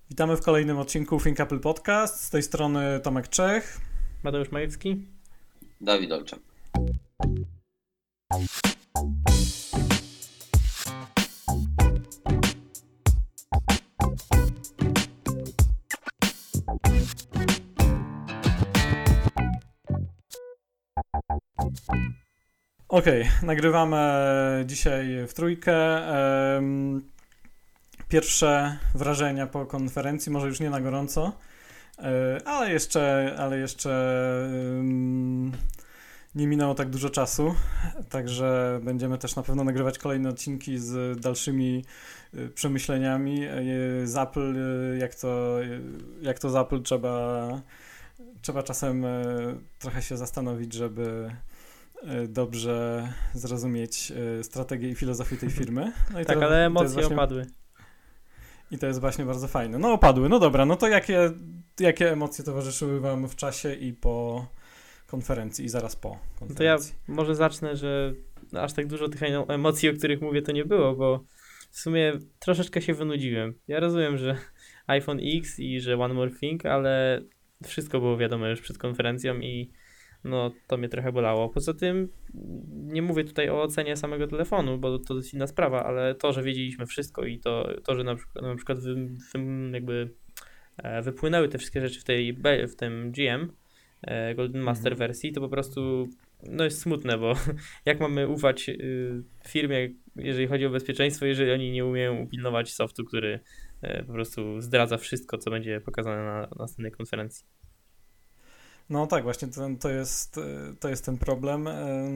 Witamy w kolejnym odcinku Think Apple Podcast. Z tej strony Tomek Czech. Mateusz Majewski. Dawid Olczak. Okej, nagrywamy dzisiaj w trójkę. Pierwsze wrażenia po konferencji, może już nie na gorąco, ale jeszcze nie minęło tak dużo czasu, także będziemy też na pewno nagrywać kolejne odcinki z dalszymi przemyśleniami z Apple, jak to z Apple trzeba czasem trochę się zastanowić, żeby dobrze zrozumieć strategię i filozofię tej firmy. No i tak, ale emocje opadły. I to jest właśnie bardzo fajne. No opadły, no dobra, no to jakie emocje towarzyszyły wam w czasie i po konferencji i zaraz po konferencji? To ja może zacznę, że aż tak dużo tych emocji, o których mówię, to nie było, bo w sumie troszeczkę się wynudziłem. Ja rozumiem, że iPhone X i że One More Thing, ale wszystko było wiadome już przed konferencją i no to mnie trochę bolało. Poza tym nie mówię tutaj o ocenie samego telefonu, bo to jest inna sprawa, ale to, że wiedzieliśmy wszystko i to że na przykład jakby wypłynęły te wszystkie rzeczy w tym GM Golden Master wersji, to po prostu no jest smutne, bo jak mamy ufać firmie, jeżeli chodzi o bezpieczeństwo, jeżeli oni nie umieją upilnować softu, który po prostu zdradza wszystko, co będzie pokazane na następnej konferencji. No tak, właśnie to jest ten problem.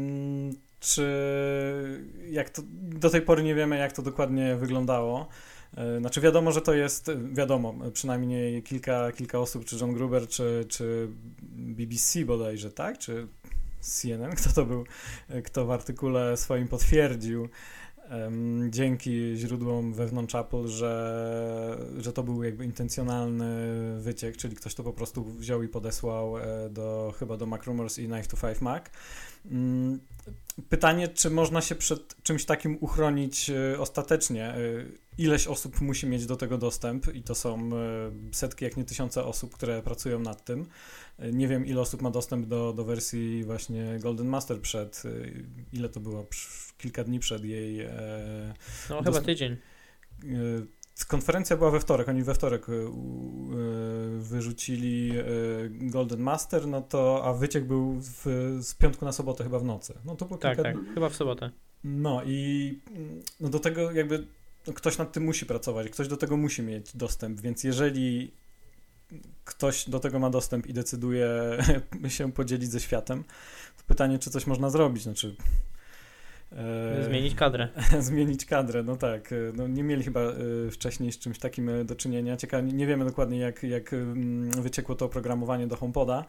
Do tej pory nie wiemy, jak to dokładnie wyglądało. Znaczy wiadomo, że to jest, przynajmniej kilka osób, czy John Gruber, czy BBC bodajże, tak? Czy CNN, kto to był, kto w artykule swoim potwierdził, dzięki źródłom wewnątrz Apple, że to był jakby intencjonalny wyciek, czyli ktoś to po prostu wziął i podesłał chyba do MacRumors i Knife to 5 Mac. Pytanie, czy można się przed czymś takim uchronić ostatecznie? Ileś osób musi mieć do tego dostęp i to są setki, jak nie tysiące osób, które pracują nad tym. Nie wiem, ile osób ma dostęp do wersji właśnie Golden Master ile to było? Kilka dni przed jej... No chyba tydzień. Konferencja była we wtorek, oni we wtorek wyrzucili Golden Master, a wyciek był z piątku na sobotę chyba w nocy. No to było tak, chyba w sobotę. No i do tego jakby ktoś nad tym musi pracować, ktoś do tego musi mieć dostęp, więc jeżeli ktoś do tego ma dostęp i decyduje się podzielić ze światem, to pytanie, czy coś można zrobić, zmienić kadrę. Zmienić kadrę, no tak. No, nie mieli chyba wcześniej z czymś takim do czynienia. Ciekawe, nie wiemy dokładnie, jak wyciekło to oprogramowanie do HomePoda.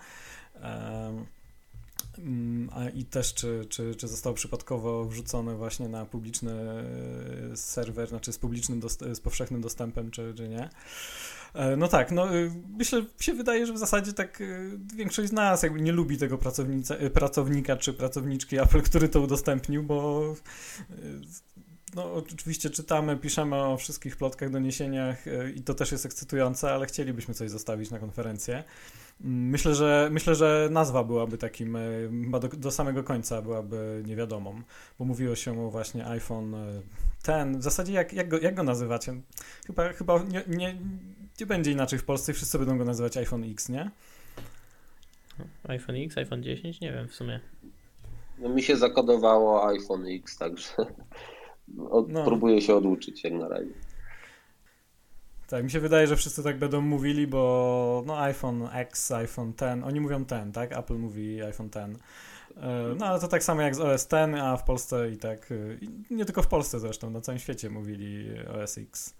I też, czy zostało przypadkowo wrzucone właśnie na publiczny serwer, z powszechnym dostępem, czy nie. No tak, wydaje, że w zasadzie tak większość z nas jakby nie lubi tego pracownika czy pracowniczki Apple, który to udostępnił, bo oczywiście czytamy, piszemy o wszystkich plotkach, doniesieniach i to też jest ekscytujące, ale chcielibyśmy coś zostawić na konferencję. Myślę, że nazwa byłaby takim, chyba do samego końca byłaby niewiadomą, bo mówiło się o właśnie iPhone X. W zasadzie jak go nazywacie? Chyba nie będzie inaczej w Polsce i wszyscy będą go nazywać iPhone X, nie? iPhone X, iPhone 10? Nie wiem w sumie. No mi się zakodowało iPhone X, także próbuję się oduczyć jak na razie. Tak, mi się wydaje, że wszyscy tak będą mówili, bo iPhone X, iPhone X, oni mówią ten, tak? Apple mówi iPhone X. Ale to tak samo jak z OS X, a w Polsce i tak, nie tylko w Polsce zresztą, na całym świecie mówili OS X.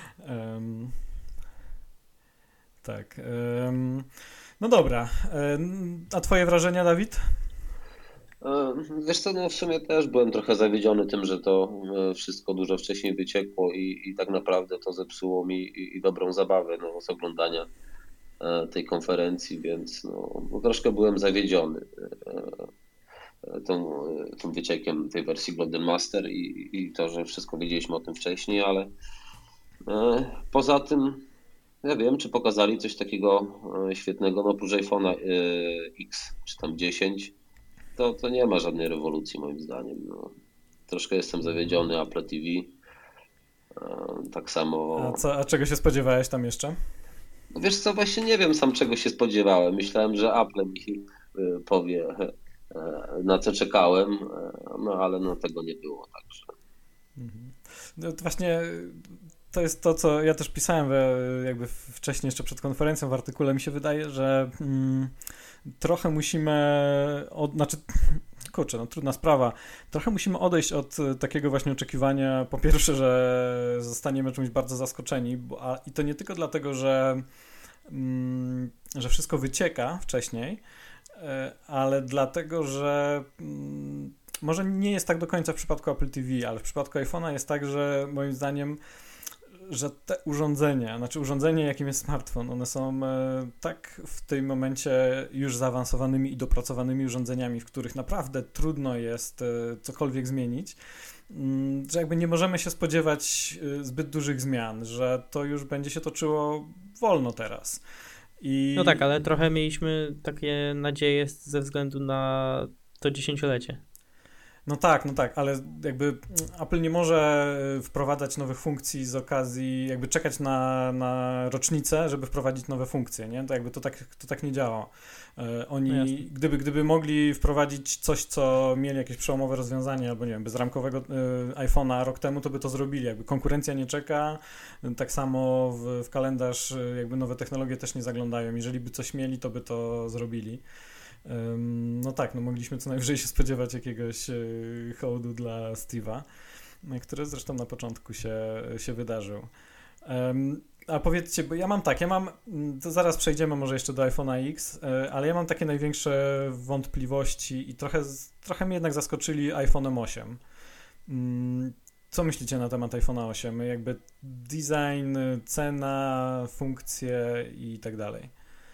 Tak. No dobra. A twoje wrażenia, Dawid? Wiesz co, w sumie też byłem trochę zawiedziony tym, że to wszystko dużo wcześniej wyciekło i tak naprawdę to zepsuło mi i dobrą zabawę z oglądania tej konferencji, więc troszkę byłem zawiedziony tym wyciekiem tej wersji Golden Master i to, że wszystko wiedzieliśmy o tym wcześniej, ale poza tym Ja wiem, czy pokazali coś takiego świetnego, no oprócz iPhone'a X czy tam 10, to nie ma żadnej rewolucji moim zdaniem. No. Troszkę jestem zawiedziony Apple TV. Tak samo. A czego się spodziewałeś tam jeszcze? No wiesz co, właśnie nie wiem sam czego się spodziewałem. Myślałem, że Apple mi powie na co czekałem, no ale no tego nie było, także. No, to właśnie to jest to, co ja też pisałem jakby wcześniej jeszcze przed konferencją w artykule. Mi się wydaje, że trochę musimy, znaczy kurczę, no trudna sprawa, trochę musimy odejść od takiego właśnie oczekiwania, po pierwsze, że zostaniemy czymś bardzo zaskoczeni, i to nie tylko dlatego, że wszystko wycieka wcześniej, ale dlatego, że może nie jest tak do końca w przypadku Apple TV, ale w przypadku iPhone'a jest tak, że moim zdaniem, że te urządzenie, jakim jest smartfon, one są tak w tym momencie już zaawansowanymi i dopracowanymi urządzeniami, w których naprawdę trudno jest cokolwiek zmienić, że jakby nie możemy się spodziewać zbyt dużych zmian, że to już będzie się toczyło wolno teraz. No tak, ale trochę mieliśmy takie nadzieje ze względu na to dziesięciolecie. No tak, ale jakby Apple nie może wprowadzać nowych funkcji z okazji, jakby czekać na rocznicę, żeby wprowadzić nowe funkcje, nie? To jakby to tak nie działa. Oni, no gdyby mogli wprowadzić coś, co mieli jakieś przełomowe rozwiązanie, albo nie wiem, bezramkowego iPhone'a rok temu, to by to zrobili. Jakby konkurencja nie czeka, tak samo w kalendarz jakby nowe technologie też nie zaglądają. Jeżeli by coś mieli, to by to zrobili. No tak, no mogliśmy co najwyżej się spodziewać jakiegoś hołdu dla Steve'a, który zresztą na początku się wydarzył. A powiedzcie, bo to zaraz przejdziemy może jeszcze do iPhone'a X, ale ja mam takie największe wątpliwości i trochę mnie jednak zaskoczyli iPhone'em 8. Co myślicie na temat iPhone'a 8? Jakby design, cena, funkcje i tak dalej.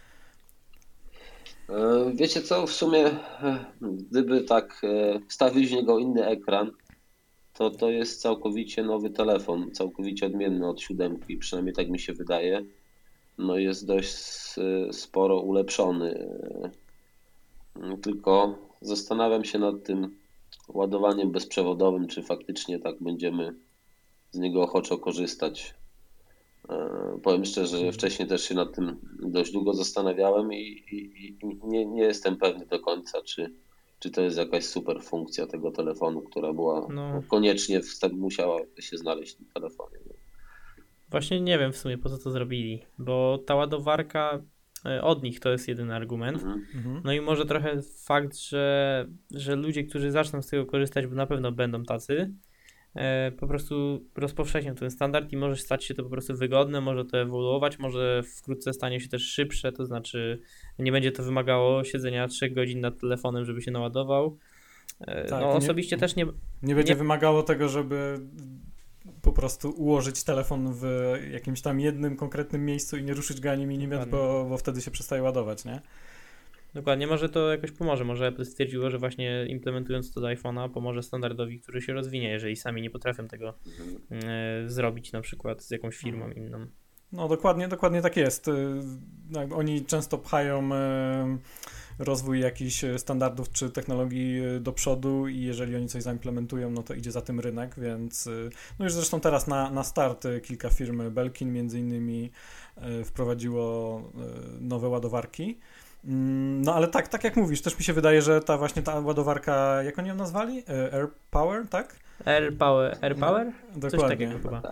Wiecie co, w sumie gdyby tak wstawić w niego inny ekran, to jest całkowicie nowy telefon, całkowicie odmienny od 7, przynajmniej tak mi się wydaje. No jest dość sporo ulepszony. Tylko zastanawiam się nad tym ładowaniem bezprzewodowym, czy faktycznie tak będziemy z niego ochoczo korzystać. Powiem szczerze, że wcześniej też się nad tym dość długo zastanawiałem i nie jestem pewny do końca, czy to jest jakaś super funkcja tego telefonu, która była koniecznie musiała się znaleźć w tym telefonie. Właśnie nie wiem w sumie po co to zrobili, bo ta ładowarka od nich to jest jedyny argument. No i może trochę fakt, że ludzie, którzy zaczną z tego korzystać, bo na pewno będą tacy, po prostu rozpowszechnią ten standard i może stać się to po prostu wygodne, może to ewoluować, może wkrótce stanie się też szybsze, to znaczy nie będzie to wymagało siedzenia 3 godzin nad telefonem, żeby się naładował. Tak, osobiście też nie będzie wymagało tego, żeby po prostu ułożyć telefon w jakimś tam jednym konkretnym miejscu i nie ruszyć go ani milimetr, bo wtedy się przestaje ładować, nie? Dokładnie, może to jakoś pomoże, może Apple stwierdziło, że właśnie implementując to do iPhone'a pomoże standardowi, który się rozwinie, jeżeli sami nie potrafią tego zrobić na przykład z jakąś firmą inną. No dokładnie tak jest. Oni często pchają rozwój jakichś standardów czy technologii do przodu i jeżeli oni coś zaimplementują, no to idzie za tym rynek, więc no już zresztą teraz na start kilka firm, Belkin między innymi wprowadziło nowe ładowarki. No ale tak jak mówisz, też mi się wydaje, że ta ładowarka, jak oni ją nazwali? Air Power, tak? Air Power? Dokładnie. Coś takiego chyba.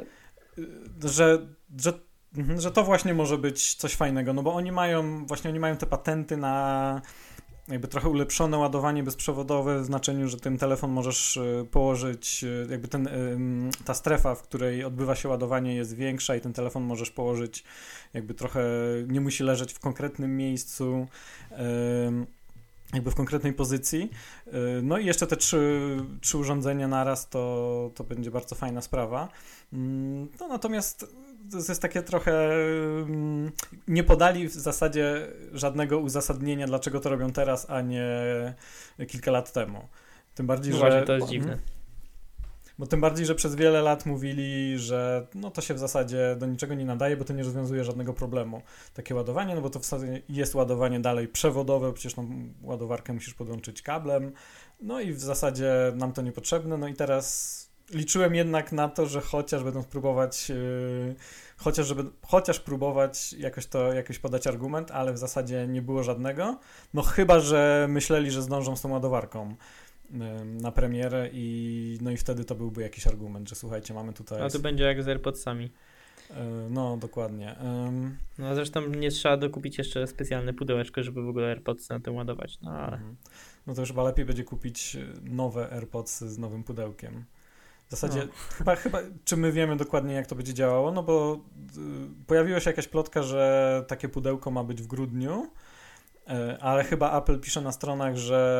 Że to właśnie może być coś fajnego, no bo oni mają te patenty na jakby trochę ulepszone ładowanie bezprzewodowe w znaczeniu, że ten telefon możesz położyć, jakby ta strefa, w której odbywa się ładowanie jest większa i ten telefon możesz położyć jakby trochę, nie musi leżeć w konkretnym miejscu, jakby w konkretnej pozycji. No i jeszcze te trzy urządzenia naraz, to będzie bardzo fajna sprawa. No natomiast to jest takie trochę, nie podali w zasadzie żadnego uzasadnienia, dlaczego to robią teraz, a nie kilka lat temu. Tym bardziej, no że... Właśnie, to jest dziwne. Bo tym bardziej, że przez wiele lat mówili, że no to się w zasadzie do niczego nie nadaje, bo to nie rozwiązuje żadnego problemu. Takie ładowanie, no bo to w zasadzie jest ładowanie dalej przewodowe, przecież ładowarkę musisz podłączyć kablem, no i w zasadzie nam to niepotrzebne, no i teraz liczyłem jednak na to, że chociaż będą spróbować, chociaż próbować jakoś podać argument, ale w zasadzie nie było żadnego, no chyba, że myśleli, że zdążą z tą ładowarką na premierę no i wtedy to byłby jakiś argument, że słuchajcie, mamy tutaj... A to będzie jak z AirPodsami. No, dokładnie. No zresztą nie trzeba dokupić jeszcze specjalne pudełeczko, żeby w ogóle AirPodsy na tym ładować, no ale... No to już chyba lepiej będzie kupić nowe AirPodsy z nowym pudełkiem. W zasadzie chyba, czy my wiemy dokładnie, jak to będzie działało, no bo pojawiła się jakaś plotka, że takie pudełko ma być w grudniu, ale chyba Apple pisze na stronach,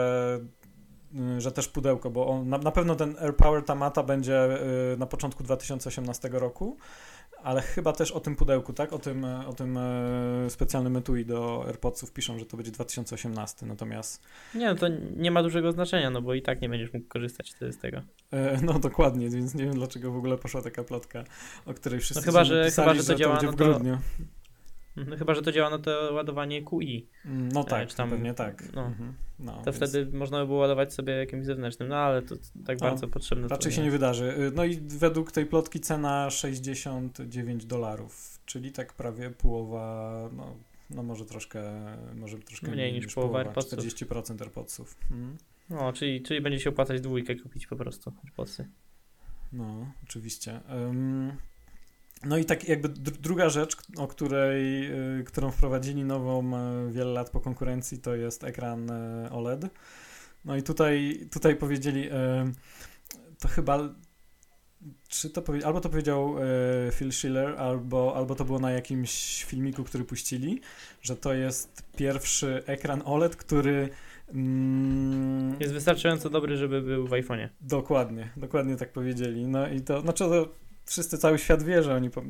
że też pudełko, bo na pewno ten AirPower Tamata będzie na początku 2018 roku, ale chyba też o tym pudełku, tak? O tym specjalnym etui do AirPodsów piszą, że to będzie 2018, natomiast... Nie, no to nie ma dużego znaczenia, no bo i tak nie będziesz mógł korzystać wtedy z tego. No dokładnie, więc nie wiem, dlaczego w ogóle poszła taka plotka, o której wszyscy chyba, że to działa, będzie w grudniu. No chyba, że to działa na to ładowanie QI. No tak, tam, pewnie tak. No, to więc... wtedy można by było ładować sobie jakimś zewnętrznym, no ale to tak bardzo potrzebne. Raczej się nie wydarzy. No i według tej plotki cena $69, czyli tak prawie połowa, no może troszkę mniej niż połowa AirPodsów. 40% AirPodsów. No, czyli będzie się opłacać dwójkę kupić po prostu AirPodsy. No, oczywiście. No i tak jakby druga rzecz, którą wprowadzili nową wiele lat po konkurencji, to jest ekran OLED. No i tutaj powiedzieli, to chyba, albo to powiedział Phil Schiller, albo to było na jakimś filmiku, który puścili, że to jest pierwszy ekran OLED, który jest wystarczająco dobry, żeby był w iPhone'ie. Dokładnie tak powiedzieli. No i to, wszyscy, cały świat wie,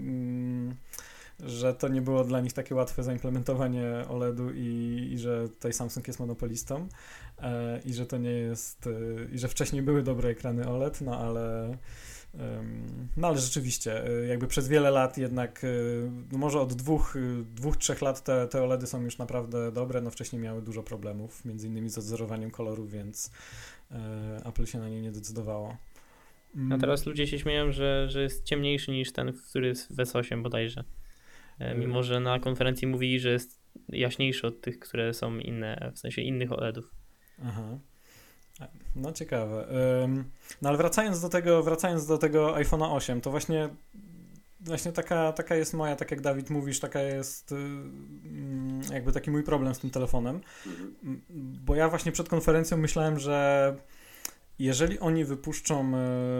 że to nie było dla nich takie łatwe zaimplementowanie OLED-u i że tutaj Samsung jest monopolistą i że to nie jest, i że wcześniej były dobre ekrany OLED, ale rzeczywiście, jakby przez wiele lat jednak, no może od 2-3 lat te OLEDy są już naprawdę dobre, no wcześniej miały dużo problemów, między innymi z odzorowaniem kolorów, więc Apple się na nie nie decydowało. A teraz ludzie się śmieją, że jest ciemniejszy niż ten, który jest w S8 bodajże. Mimo, że na konferencji mówili, że jest jaśniejszy od tych, które są inne, w sensie innych OLEDów. Aha. No ciekawe. No ale wracając do tego iPhone'a 8, to właśnie taka jest moja, tak jak Dawid mówisz, taka jest jakby taki mój problem z tym telefonem, bo ja właśnie przed konferencją myślałem, że jeżeli oni wypuszczą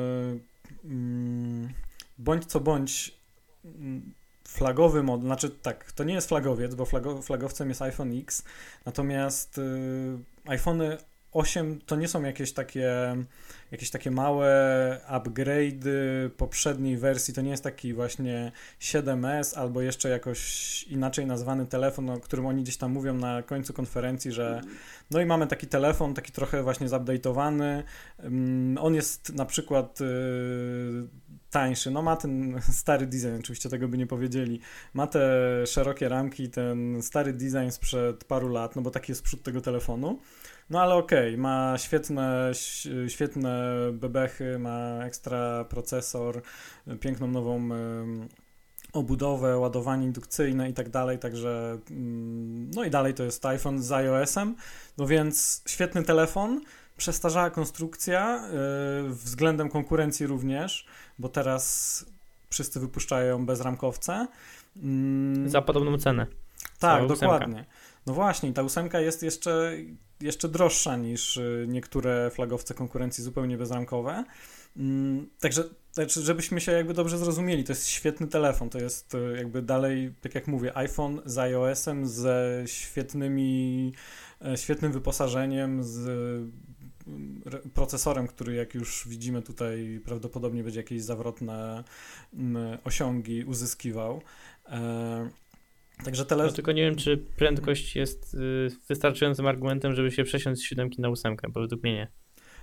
bądź co bądź flagowy model, znaczy tak, to nie jest flagowiec, bo flagowcem jest iPhone X, natomiast iPhony 8 to nie są jakieś takie małe upgrade'y poprzedniej wersji, to nie jest taki właśnie 7S albo jeszcze jakoś inaczej nazwany telefon, o którym oni gdzieś tam mówią na końcu konferencji, że no i mamy taki telefon, taki trochę właśnie zupdate'owany, on jest na przykład tańszy, no ma ten stary design, oczywiście tego by nie powiedzieli, ma te szerokie ramki, ten stary design sprzed paru lat, no bo taki jest przód tego telefonu. No ale okej, ma świetne bebechy, ma ekstra procesor, piękną nową obudowę, ładowanie indukcyjne i tak dalej, także no i dalej to jest iPhone z iOS-em, no więc świetny telefon, przestarzała konstrukcja, względem konkurencji również, bo teraz wszyscy wypuszczają bezramkowce. Za podobną cenę. Tak, dokładnie. No właśnie, ta 8 jest jeszcze droższa niż niektóre flagowce konkurencji zupełnie bezramkowe. Także, żebyśmy się jakby dobrze zrozumieli, to jest świetny telefon, to jest jakby dalej, tak jak mówię, iPhone z iOS-em, ze świetnym wyposażeniem, z procesorem, który jak już widzimy tutaj prawdopodobnie będzie jakieś zawrotne osiągi uzyskiwał. Także no tylko nie wiem, czy prędkość jest wystarczającym argumentem, żeby się przesiąść z 7 na 8, bo według mnie nie.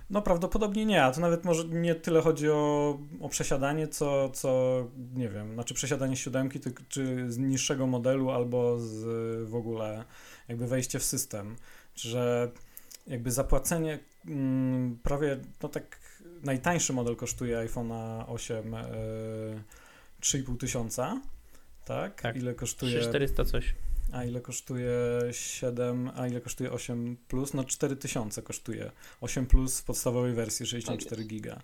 No prawdopodobnie nie, a to nawet może nie tyle chodzi o przesiadanie, co nie wiem, znaczy przesiadanie z 7, czy z niższego modelu, albo w ogóle jakby wejście w system, że jakby zapłacenie prawie, no tak najtańszy model kosztuje iPhone'a 8 3,5 tysiąca, tak? Tak, Ile kosztuje? 3400 coś. A ile kosztuje 7, a ile kosztuje 8 Plus? No 4000 kosztuje 8 Plus w podstawowej wersji 64 giga.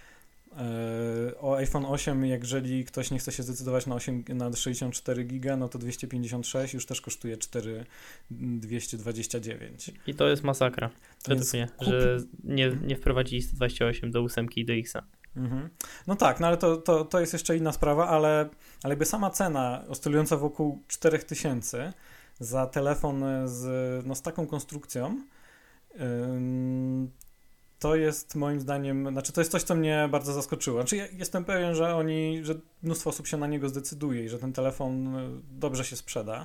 O iPhone 8, jeżeli ktoś nie chce się zdecydować na 64 giga, no to 256 już też kosztuje 4229. I to jest masakra, według mnie, że nie wprowadzili 128 do 8 i do X-a. Mhm. No tak, no ale to jest jeszcze inna sprawa, ale jakby sama cena oscylująca wokół 4000 za telefon z taką konstrukcją, to jest moim zdaniem, znaczy to jest coś, co mnie bardzo zaskoczyło. Znaczy ja jestem pewien, że mnóstwo osób się na niego zdecyduje i że ten telefon dobrze się sprzeda.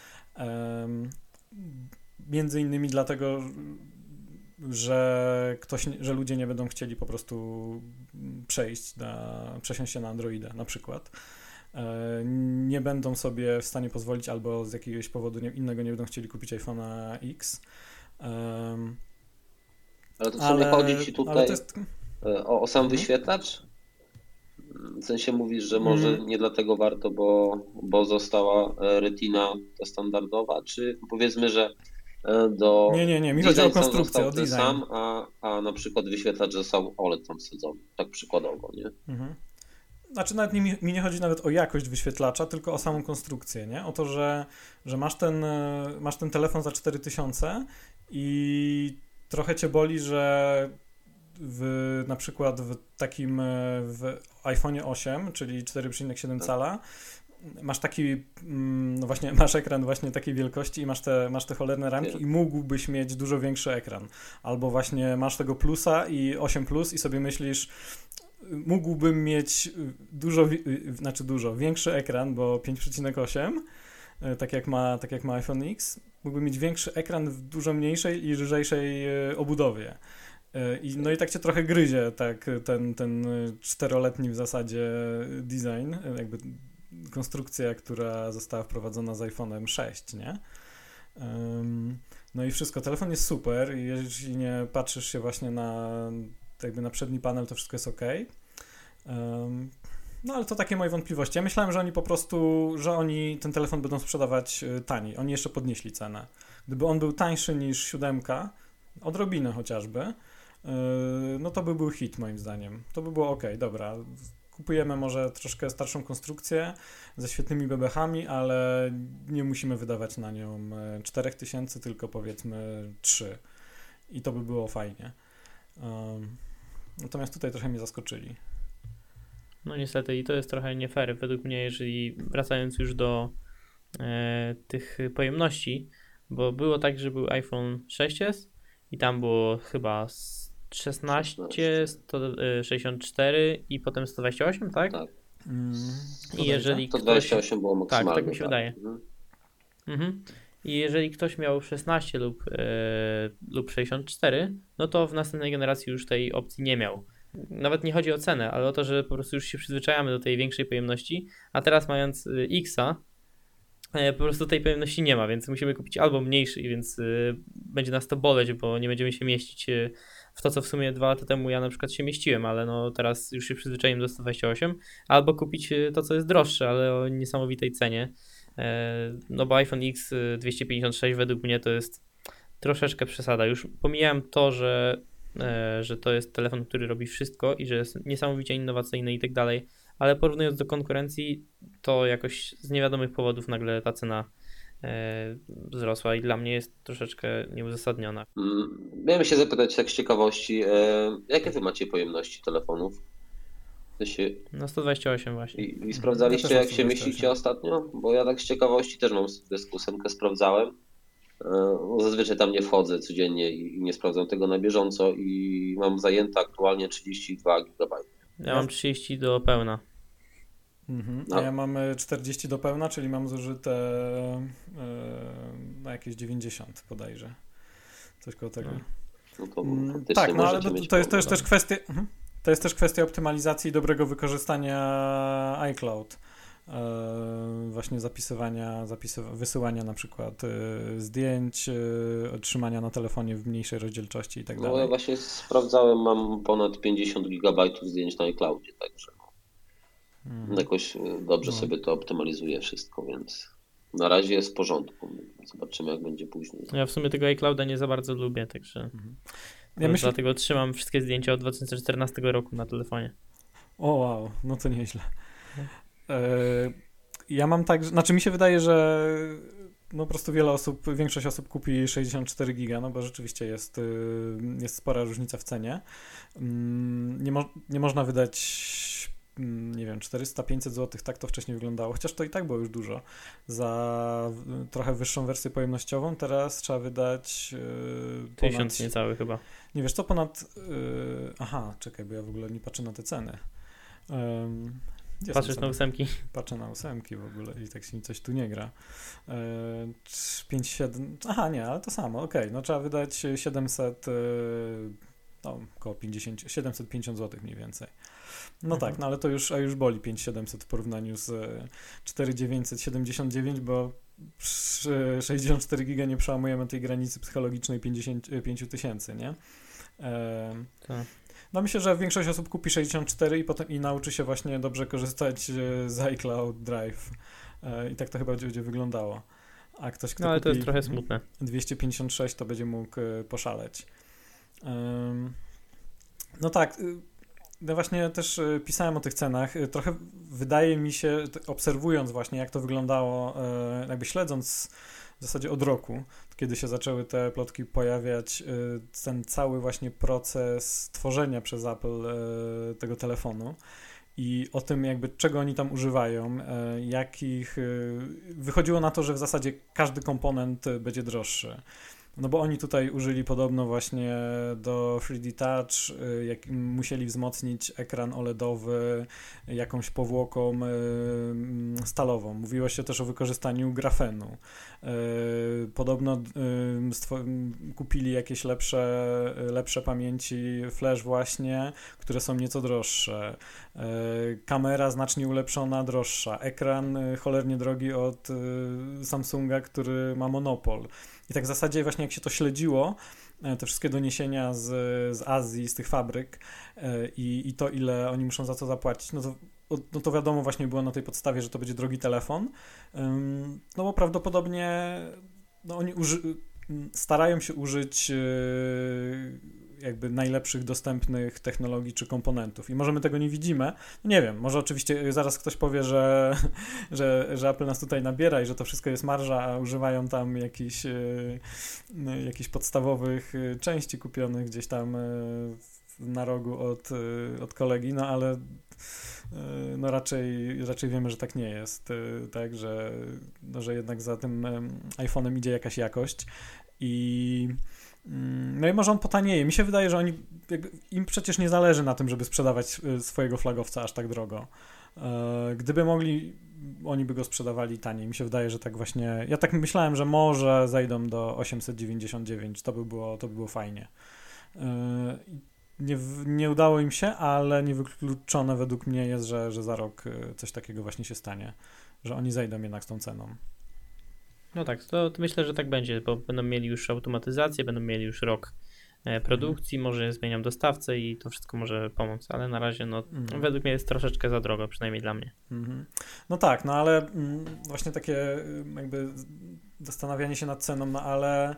Między innymi dlatego, że ludzie nie będą chcieli po prostu przesiąść się na Androida na przykład. Nie będą sobie w stanie pozwolić albo z jakiegoś powodu innego nie będą chcieli kupić iPhone'a X. Ale to w sumie chodzi ci tutaj o sam Mhm. wyświetlacz? W sensie mówisz, że może nie dlatego warto, bo została Retina ta standardowa, czy powiedzmy, że do Nie, mi chodzi o design sam konstrukcję, został o ten design. sam, a na przykład wyświetlacz został OLED tam wsadzony, tak przykładowo, nie? Mhm. Znaczy nawet mi nie chodzi nawet o jakość wyświetlacza, tylko o samą konstrukcję, nie? O to, że masz ten telefon za 4000 i trochę cię boli, że na przykład w takim w iPhone'ie 8, czyli 4,7 cala, masz taki, no właśnie, masz ekran właśnie takiej wielkości i masz te cholerne ramki i mógłbyś mieć dużo większy ekran. Albo właśnie masz tego plusa i 8 plus i sobie myślisz, mógłbym mieć większy ekran, bo 5,8, tak jak ma iPhone X, mógłbym mieć większy ekran w dużo mniejszej i lżejszej obudowie. No i tak cię trochę gryzie ten 4-letni w zasadzie design, jakby konstrukcja, która została wprowadzona z iPhone'em 6, nie? No i wszystko. Telefon jest super i jeśli nie patrzysz się właśnie na przedni panel, to wszystko jest ok. No ale to takie moje wątpliwości. Ja myślałem, że oni ten telefon będą sprzedawać taniej. Oni jeszcze podnieśli cenę. Gdyby on był tańszy niż 7, odrobinę chociażby, no to by był hit moim zdaniem. To by było ok, dobra. Kupujemy może troszkę starszą konstrukcję ze świetnymi bebechami, ale nie musimy wydawać na nią 4000, tylko powiedzmy 3. I to by było fajnie. Natomiast tutaj trochę mnie zaskoczyli. No niestety i to jest trochę nie fair według mnie, jeżeli wracając już do tych pojemności, bo było tak, że był iPhone 6s i tam było chyba 16, 164 i potem 128, tak? Tak. I jeżeli 128 było maksymalnie. Tak mi się wydaje. Mhm. I jeżeli ktoś miał 16 lub 64, no to w następnej generacji już tej opcji nie miał. Nawet nie chodzi o cenę, ale o to, że po prostu już się przyzwyczajamy do tej większej pojemności, a teraz mając X-a, po prostu tej pojemności nie ma, więc musimy kupić albo mniejszy, więc będzie nas to boleć, bo nie będziemy się mieścić w to, co w sumie 2 lata temu ja na przykład się mieściłem, ale no teraz już się przyzwyczaiłem do 128, albo kupić to, co jest droższe, ale o niesamowitej cenie. No bo iPhone X 256 według mnie to jest troszeczkę przesada. Już pomijałem to, że to jest telefon, który robi wszystko i że jest niesamowicie innowacyjny i tak dalej, ale porównując do konkurencji, to jakoś z niewiadomych powodów nagle ta cena wzrosła i dla mnie jest troszeczkę nieuzasadniona. Miałem się zapytać tak z ciekawości, jakie wy macie pojemności telefonów? No 128 właśnie. I sprawdzaliście, jak się mieścicie ostatnio? Bo ja tak z ciekawości też mam dyskusenkę, sprawdzałem. Zazwyczaj tam nie wchodzę codziennie i nie sprawdzam tego na bieżąco i mam zajęte aktualnie 32 GB. Ja mam 30 do pełna. A ja mam 40 do pełna, czyli mam zużyte na jakieś 90 bodajże. Coś koło tego. no to faktycznie tak, no ale możecie mieć to jest problem. też kwestia. To jest też kwestia optymalizacji i dobrego wykorzystania iCloud. Właśnie wysyłania na przykład zdjęć, otrzymania na telefonie w mniejszej rozdzielczości i tak dalej. No ja właśnie sprawdzałem, mam ponad 50 gigabajtów zdjęć na iCloudzie, także jakoś dobrze sobie to optymalizuje wszystko, więc na razie jest w porządku. Zobaczymy, jak będzie później. Ja w sumie tego iClouda nie za bardzo lubię, także dlatego trzymam wszystkie zdjęcia od 2014 roku na telefonie. O wow, no to nieźle. Ja mam tak, znaczy mi się wydaje, że no po prostu większość osób kupi 64 giga, no bo rzeczywiście jest spora różnica w cenie. Nie można wydać, nie wiem, 400-500 zł, tak to wcześniej wyglądało, chociaż to i tak było już dużo. Za trochę wyższą wersję pojemnościową teraz trzeba wydać 1000 niecały chyba. Nie wiesz co, ponad... Aha, czekaj, bo ja w ogóle nie patrzę na te ceny. Patrzysz na 8? Patrzę na 8 w ogóle i tak się mi coś tu nie gra. 5, 7... Aha, nie, ale to samo, okej. No trzeba wydać 700... No, około 750 zł mniej więcej. No tak, no ale to już boli 5700 w porównaniu z 4979, bo przy 64 giga nie przełamujemy tej granicy psychologicznej 55 000, nie? Tak. No myślę, że większość osób kupi 64 i potem nauczy się właśnie dobrze korzystać z iCloud Drive. I tak to chyba będzie wyglądało. A ktoś, kto ale kupi to jest trochę smutne. 256, to będzie mógł poszaleć. No tak, no właśnie też pisałem o tych cenach. Trochę wydaje mi się, obserwując właśnie jak to wyglądało, jakby śledząc w zasadzie od roku, kiedy się zaczęły te plotki pojawiać, ten cały właśnie proces tworzenia przez Apple tego telefonu i o tym jakby czego oni tam używają, wychodziło na to, że w zasadzie każdy komponent będzie droższy. No bo oni tutaj użyli podobno właśnie do 3D Touch, jak musieli wzmocnić ekran OLEDowy jakąś powłoką stalową. Mówiło się też o wykorzystaniu grafenu. Podobno kupili jakieś lepsze pamięci flash właśnie, które są nieco droższe. Kamera znacznie ulepszona, droższa. Ekran cholernie drogi od Samsunga, który ma monopol. I tak w zasadzie właśnie jak się to śledziło, te wszystkie doniesienia z Azji, z tych fabryk i to, ile oni muszą za to zapłacić, no to wiadomo właśnie było na tej podstawie, że to będzie drogi telefon, no bo prawdopodobnie no oni starają się użyć jakby najlepszych dostępnych technologii czy komponentów i może my tego nie widzimy, nie wiem, może oczywiście zaraz ktoś powie, że Apple nas tutaj nabiera i że to wszystko jest marża, a używają tam jakichś podstawowych części kupionych gdzieś tam na rogu od kolegi, no ale no raczej wiemy, że tak nie jest, tak, że jednak za tym iPhone'em idzie jakaś jakość no i może on potanieje. Mi się wydaje, że im przecież nie zależy na tym, żeby sprzedawać swojego flagowca aż tak drogo. Gdyby mogli, oni by go sprzedawali taniej. Mi się wydaje, że tak właśnie... Ja tak myślałem, że może zejdą do 899. To by było fajnie. Nie udało im się, ale niewykluczone według mnie jest, że za rok coś takiego właśnie się stanie. Że oni zejdą jednak z tą ceną. No tak, to myślę, że tak będzie, bo będą mieli już automatyzację, będą mieli już rok produkcji, może zmienią dostawcę i to wszystko może pomóc, ale na razie według mnie jest troszeczkę za drogo, przynajmniej dla mnie. No tak, no ale właśnie takie jakby zastanawianie się nad ceną, no ale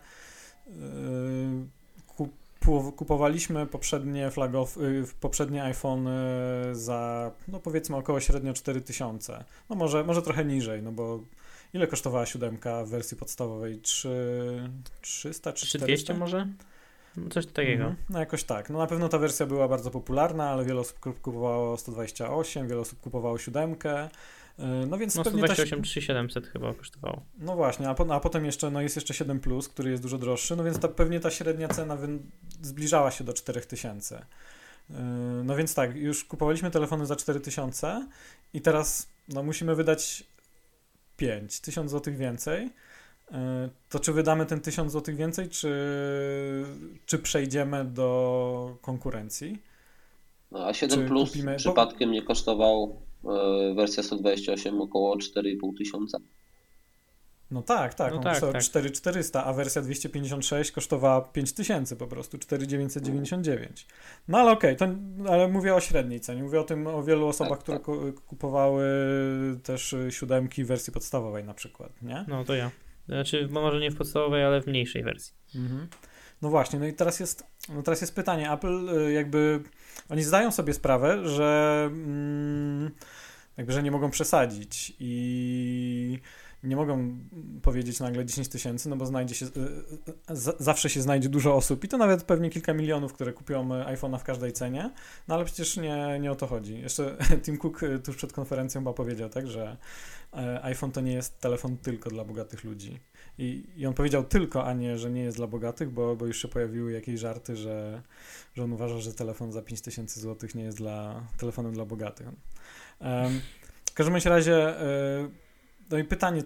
kupowaliśmy poprzednie iPhone za, no powiedzmy około średnio 4000, no może trochę niżej, no bo ile kosztowała 7 w wersji podstawowej? 300 czy 3200 może? No coś takiego. No jakoś tak. No na pewno ta wersja była bardzo popularna, ale wiele osób kupowało 128, wiele osób kupowało 7. No więc pewnie 128 3700 chyba kosztowało. No właśnie, a potem jeszcze jest jeszcze 7 Plus, który jest dużo droższy, no więc pewnie ta średnia cena zbliżała się do 4000. No więc tak, już kupowaliśmy telefony za 4000 i teraz musimy wydać 1000 zł więcej, to czy wydamy ten 1000 zł więcej, czy przejdziemy do konkurencji? No, a 7 Czy Plus kupimy... przypadkiem nie kosztował wersja 128 około 4,5 tysiąca? No tak, No on tak, kosztował tak. 4400, a wersja 256 kosztowała 5000 po prostu, 4999. No ale okej, ale mówię o średniej cenie, mówię o wielu osobach, które kupowały też 7 w wersji podstawowej na przykład, nie? No to ja. Znaczy, może nie w podstawowej, ale w mniejszej wersji. Mhm. No właśnie, no i teraz jest pytanie, Apple jakby, oni zdają sobie sprawę, że jakby, że nie mogą przesadzić i nie mogą powiedzieć nagle 10 tysięcy, no bo zawsze się znajdzie dużo osób i to nawet pewnie kilka milionów, które kupią iPhone'a w każdej cenie, no ale przecież nie o to chodzi. Jeszcze Tim Cook tuż przed konferencją chyba powiedział, tak, że iPhone to nie jest telefon tylko dla bogatych ludzi. I on powiedział tylko, a nie, że nie jest dla bogatych, bo już się pojawiły jakieś żarty, że on uważa, że telefon za 5000 zł nie jest telefonem dla bogatych. W każdym razie no i pytanie,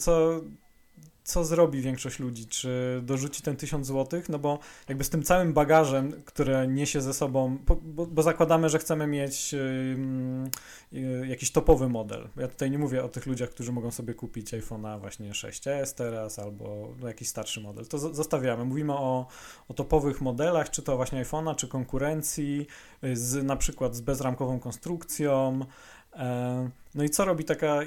co zrobi większość ludzi? Czy dorzuci ten 1000 zł? No bo jakby z tym całym bagażem, które niesie ze sobą, bo zakładamy, że chcemy mieć jakiś topowy model. Ja tutaj nie mówię o tych ludziach, którzy mogą sobie kupić iPhone'a właśnie 6s teraz albo jakiś starszy model. To zostawiamy. Mówimy o topowych modelach, czy to właśnie iPhone'a, czy konkurencji, na przykład z bezramkową konstrukcją. No i co robi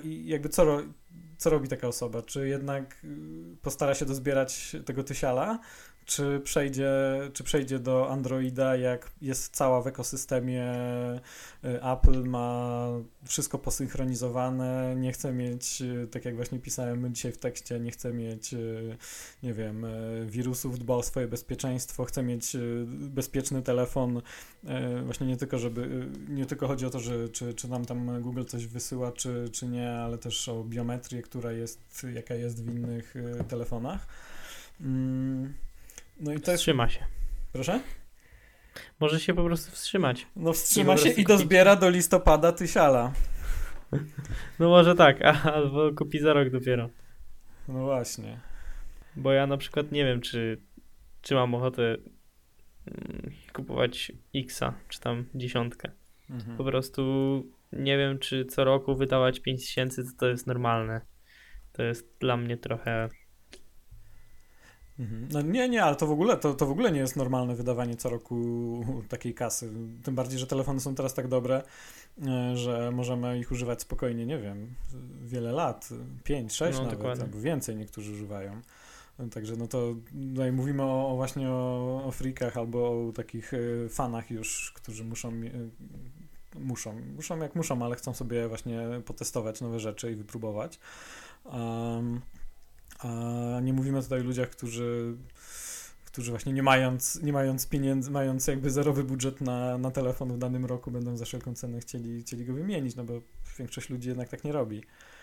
co robi taka osoba? Czy jednak postara się dozbierać tego tysiala, czy przejdzie do Androida, jak jest cała w ekosystemie Apple, ma wszystko posynchronizowane, nie chce mieć, tak jak właśnie pisałem dzisiaj w tekście, nie chce mieć, nie wiem, wirusów, dba o swoje bezpieczeństwo, chce mieć bezpieczny telefon, właśnie nie tylko chodzi o to, że czy nam tam Google coś wysyła, czy nie, ale też o biometrię, jaka jest w innych telefonach. No i to jest... Wstrzyma się. Proszę? Może się po prostu wstrzymać. No wstrzyma się i dozbiera do listopada tysiala. No może tak, albo kupi za rok dopiero. No właśnie. Bo ja na przykład nie wiem, czy mam ochotę kupować X-a, czy tam 10. Mhm. Po prostu nie wiem, czy co roku wydawać 5000 to jest normalne. To jest dla mnie trochę... No nie, ale to w ogóle nie jest normalne wydawanie co roku takiej kasy. Tym bardziej, że telefony są teraz tak dobre, że możemy ich używać spokojnie, nie wiem, wiele lat, 5, 6 nawet, dokładnie. albo więcej niektórzy używają. Także no to tutaj mówimy właśnie o freakach albo o takich fanach już, którzy muszą, ale chcą sobie właśnie potestować nowe rzeczy i wypróbować. A nie mówimy tutaj o ludziach, którzy właśnie nie mając pieniędzy, mając jakby zerowy budżet na telefon w danym roku, będą za wszelką cenę chcieli go wymienić, no bo większość ludzi jednak tak nie robi.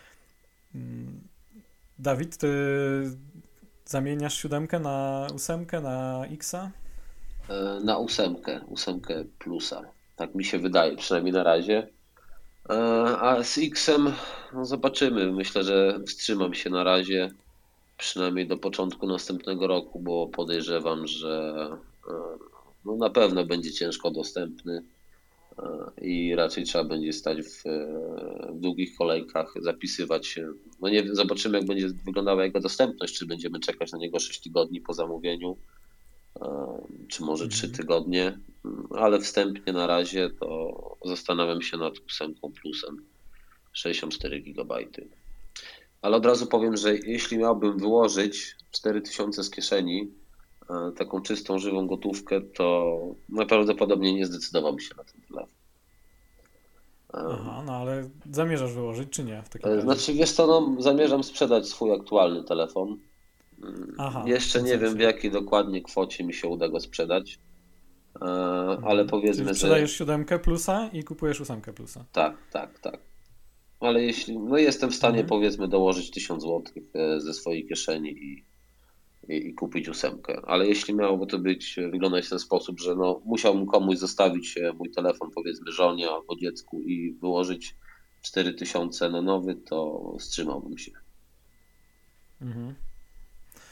Dawid, ty zamieniasz 7 na 8, na X-a? Na 8 plusa. Tak mi się wydaje, przynajmniej na razie. A z X-em no zobaczymy. Myślę, że wstrzymam się na razie, przynajmniej do początku następnego roku, bo podejrzewam, że no na pewno będzie ciężko dostępny i raczej trzeba będzie stać w długich kolejkach, zapisywać się. No nie wiem, zobaczymy, jak będzie wyglądała jego dostępność, czy będziemy czekać na niego 6 tygodni po zamówieniu, czy może 3 tygodnie, ale wstępnie na razie to zastanawiam się nad 8 plusem, 64 GB. Ale od razu powiem, że jeśli miałbym wyłożyć 4000 z kieszeni, taką czystą, żywą gotówkę, to najprawdopodobniej nie zdecydowałbym się na ten telefon. Aha, no ale zamierzasz wyłożyć, czy nie w takim razie? Znaczy, wiesz co, no, zamierzam sprzedać swój aktualny telefon. Aha, Jeszcze nie wiem, w jakiej dokładnie kwocie mi się uda go sprzedać, ale powiedzmy, czyli sprzedajesz 7 plusa i kupujesz 8 plusa. Tak. Ale jeśli, no jestem w stanie, powiedzmy, dołożyć 1000 zł ze swojej kieszeni i kupić 8. Ale jeśli miałoby to wyglądać w ten sposób, że no, musiałbym komuś zostawić mój telefon, powiedzmy żonie albo dziecku i wyłożyć 4000 na nowy, to wstrzymałbym się.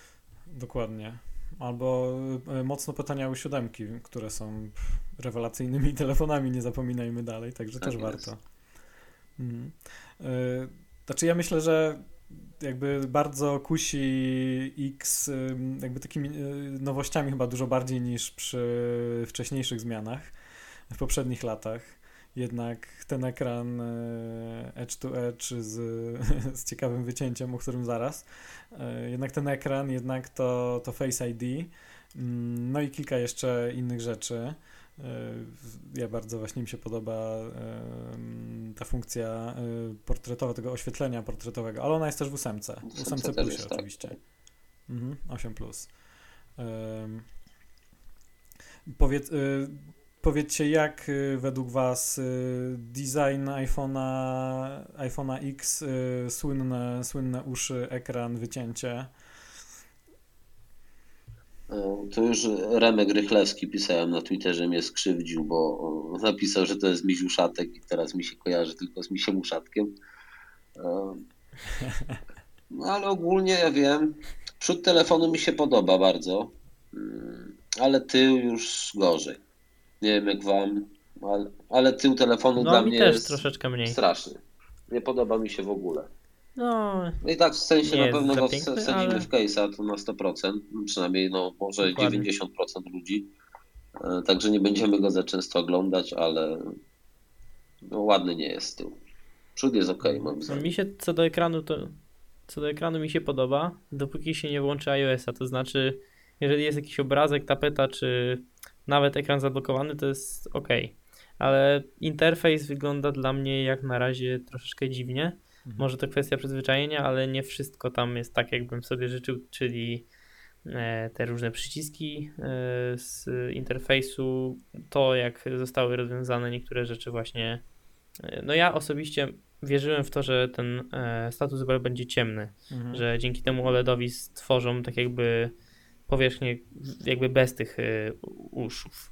dokładnie. Albo mocno potaniały 7, które są rewelacyjnymi telefonami, nie zapominajmy dalej, także Tak też jest. warto. Znaczy ja myślę, że jakby bardzo kusi X jakby takimi nowościami chyba dużo bardziej niż przy wcześniejszych zmianach w poprzednich latach. Jednak ten ekran edge to edge z ciekawym wycięciem, o którym zaraz. Jednak ten ekran, jednak to Face ID, no i kilka jeszcze innych rzeczy. Ja bardzo właśnie mi się podoba ta funkcja portretowa, tego oświetlenia portretowego, ale ona jest też w 8. W 8 też plusie jest, tak. oczywiście. 8 plus. Powiedzcie, jak według Was design iPhone'a X, słynne uszy, ekran, wycięcie? To już Remek Rychlewski, pisałem na Twitterze, mnie skrzywdził, bo napisał, że to jest misiuszatek i teraz mi się kojarzy tylko z misiem uszatkiem. No ale ogólnie ja wiem, przód telefonu mi się podoba bardzo, ale tył już gorzej. Nie wiem jak wam, ale tył telefonu No dla mi mnie też jest troszeczkę mniej. straszny. Nie podoba mi się w ogóle. No, No i tak w sensie nie na jest pewno za go piękny, wsadzimy ale w case'a to na 100%, przynajmniej no może dokładnie. 90% ludzi. Także nie będziemy go za często oglądać, ale no, ładny nie jest tył. Przód jest okej, moim No, zdaniem. mi się co do ekranu mi się podoba, dopóki się nie włączy iOS-a, to znaczy jeżeli jest jakiś obrazek, tapeta, czy nawet ekran zablokowany, to jest ok. Ale interfejs wygląda dla mnie jak na razie troszeczkę dziwnie. Może to kwestia przyzwyczajenia, ale nie wszystko tam jest tak, jakbym sobie życzył, czyli te różne przyciski z interfejsu, to jak zostały rozwiązane niektóre rzeczy właśnie. No ja osobiście wierzyłem w to, że ten status bar będzie ciemny, że dzięki temu OLEDowi stworzą tak jakby powierzchnię jakby bez tych uszów,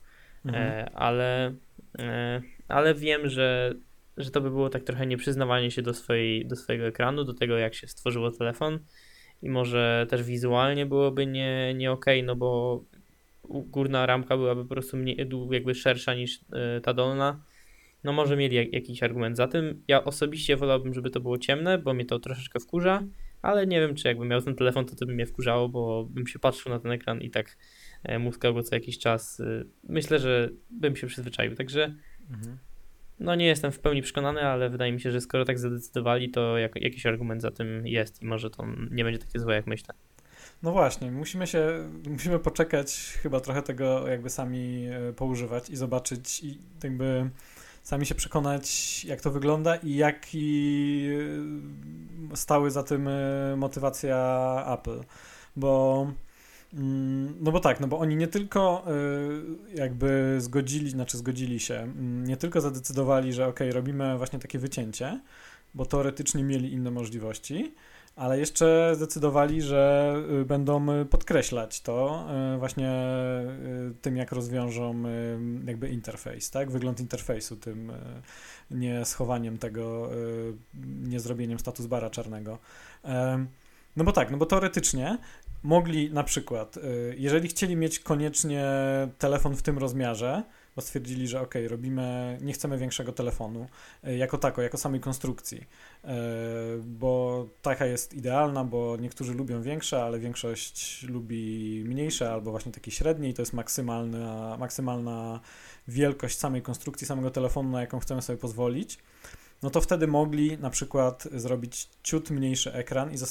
ale wiem, że to by było tak trochę nieprzyznawanie się do swojego ekranu, do tego jak się stworzyło telefon i może też wizualnie byłoby nie okej, no bo górna ramka byłaby po prostu jakby szersza niż ta dolna. No może mieli jakiś argument za tym. Ja osobiście wolałbym, żeby to było ciemne, bo mnie to troszeczkę wkurza, ale nie wiem, czy jakbym miał ten telefon, to by mnie wkurzało, bo bym się patrzył na ten ekran i tak muskał go co jakiś czas. Myślę, że bym się przyzwyczaił, także no nie jestem w pełni przekonany, ale wydaje mi się, że skoro tak zadecydowali, to jakiś argument za tym jest i może to nie będzie takie złe, jak myślę. No właśnie, musimy poczekać, chyba trochę tego jakby sami poużywać i zobaczyć i jakby sami się przekonać, jak to wygląda i jaki stały za tym motywacja Apple, bo bo oni nie tylko jakby zgodzili się, nie tylko zadecydowali, że okej, robimy właśnie takie wycięcie, bo teoretycznie mieli inne możliwości, ale jeszcze zdecydowali, że będą podkreślać to właśnie tym, jak rozwiążą jakby interfejs, tak? Wygląd interfejsu, tym nie schowaniem tego, nie zrobieniem status bara czarnego. No bo teoretycznie mogli na przykład, jeżeli chcieli mieć koniecznie telefon w tym rozmiarze, bo stwierdzili, że nie chcemy większego telefonu jako samej konstrukcji, bo taka jest idealna, bo niektórzy lubią większe, ale większość lubi mniejsze albo właśnie takie średnie i to jest maksymalna wielkość samej konstrukcji, samego telefonu, na jaką chcemy sobie pozwolić, no to wtedy mogli na przykład zrobić ciut mniejszy ekran i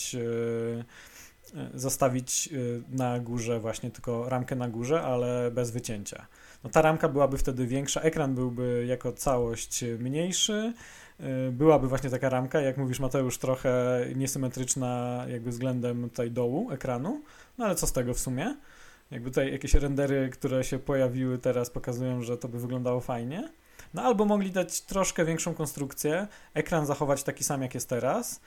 zostawić na górze właśnie tylko ramkę na górze, ale bez wycięcia. No ta ramka byłaby wtedy większa, ekran byłby jako całość mniejszy, byłaby właśnie taka ramka, jak mówisz Mateusz, trochę niesymetryczna jakby względem tutaj dołu ekranu, no ale co z tego w sumie? Jakby tutaj jakieś rendery, które się pojawiły teraz pokazują, że to by wyglądało fajnie. No albo mogli dać troszkę większą konstrukcję, ekran zachować taki sam jak jest teraz,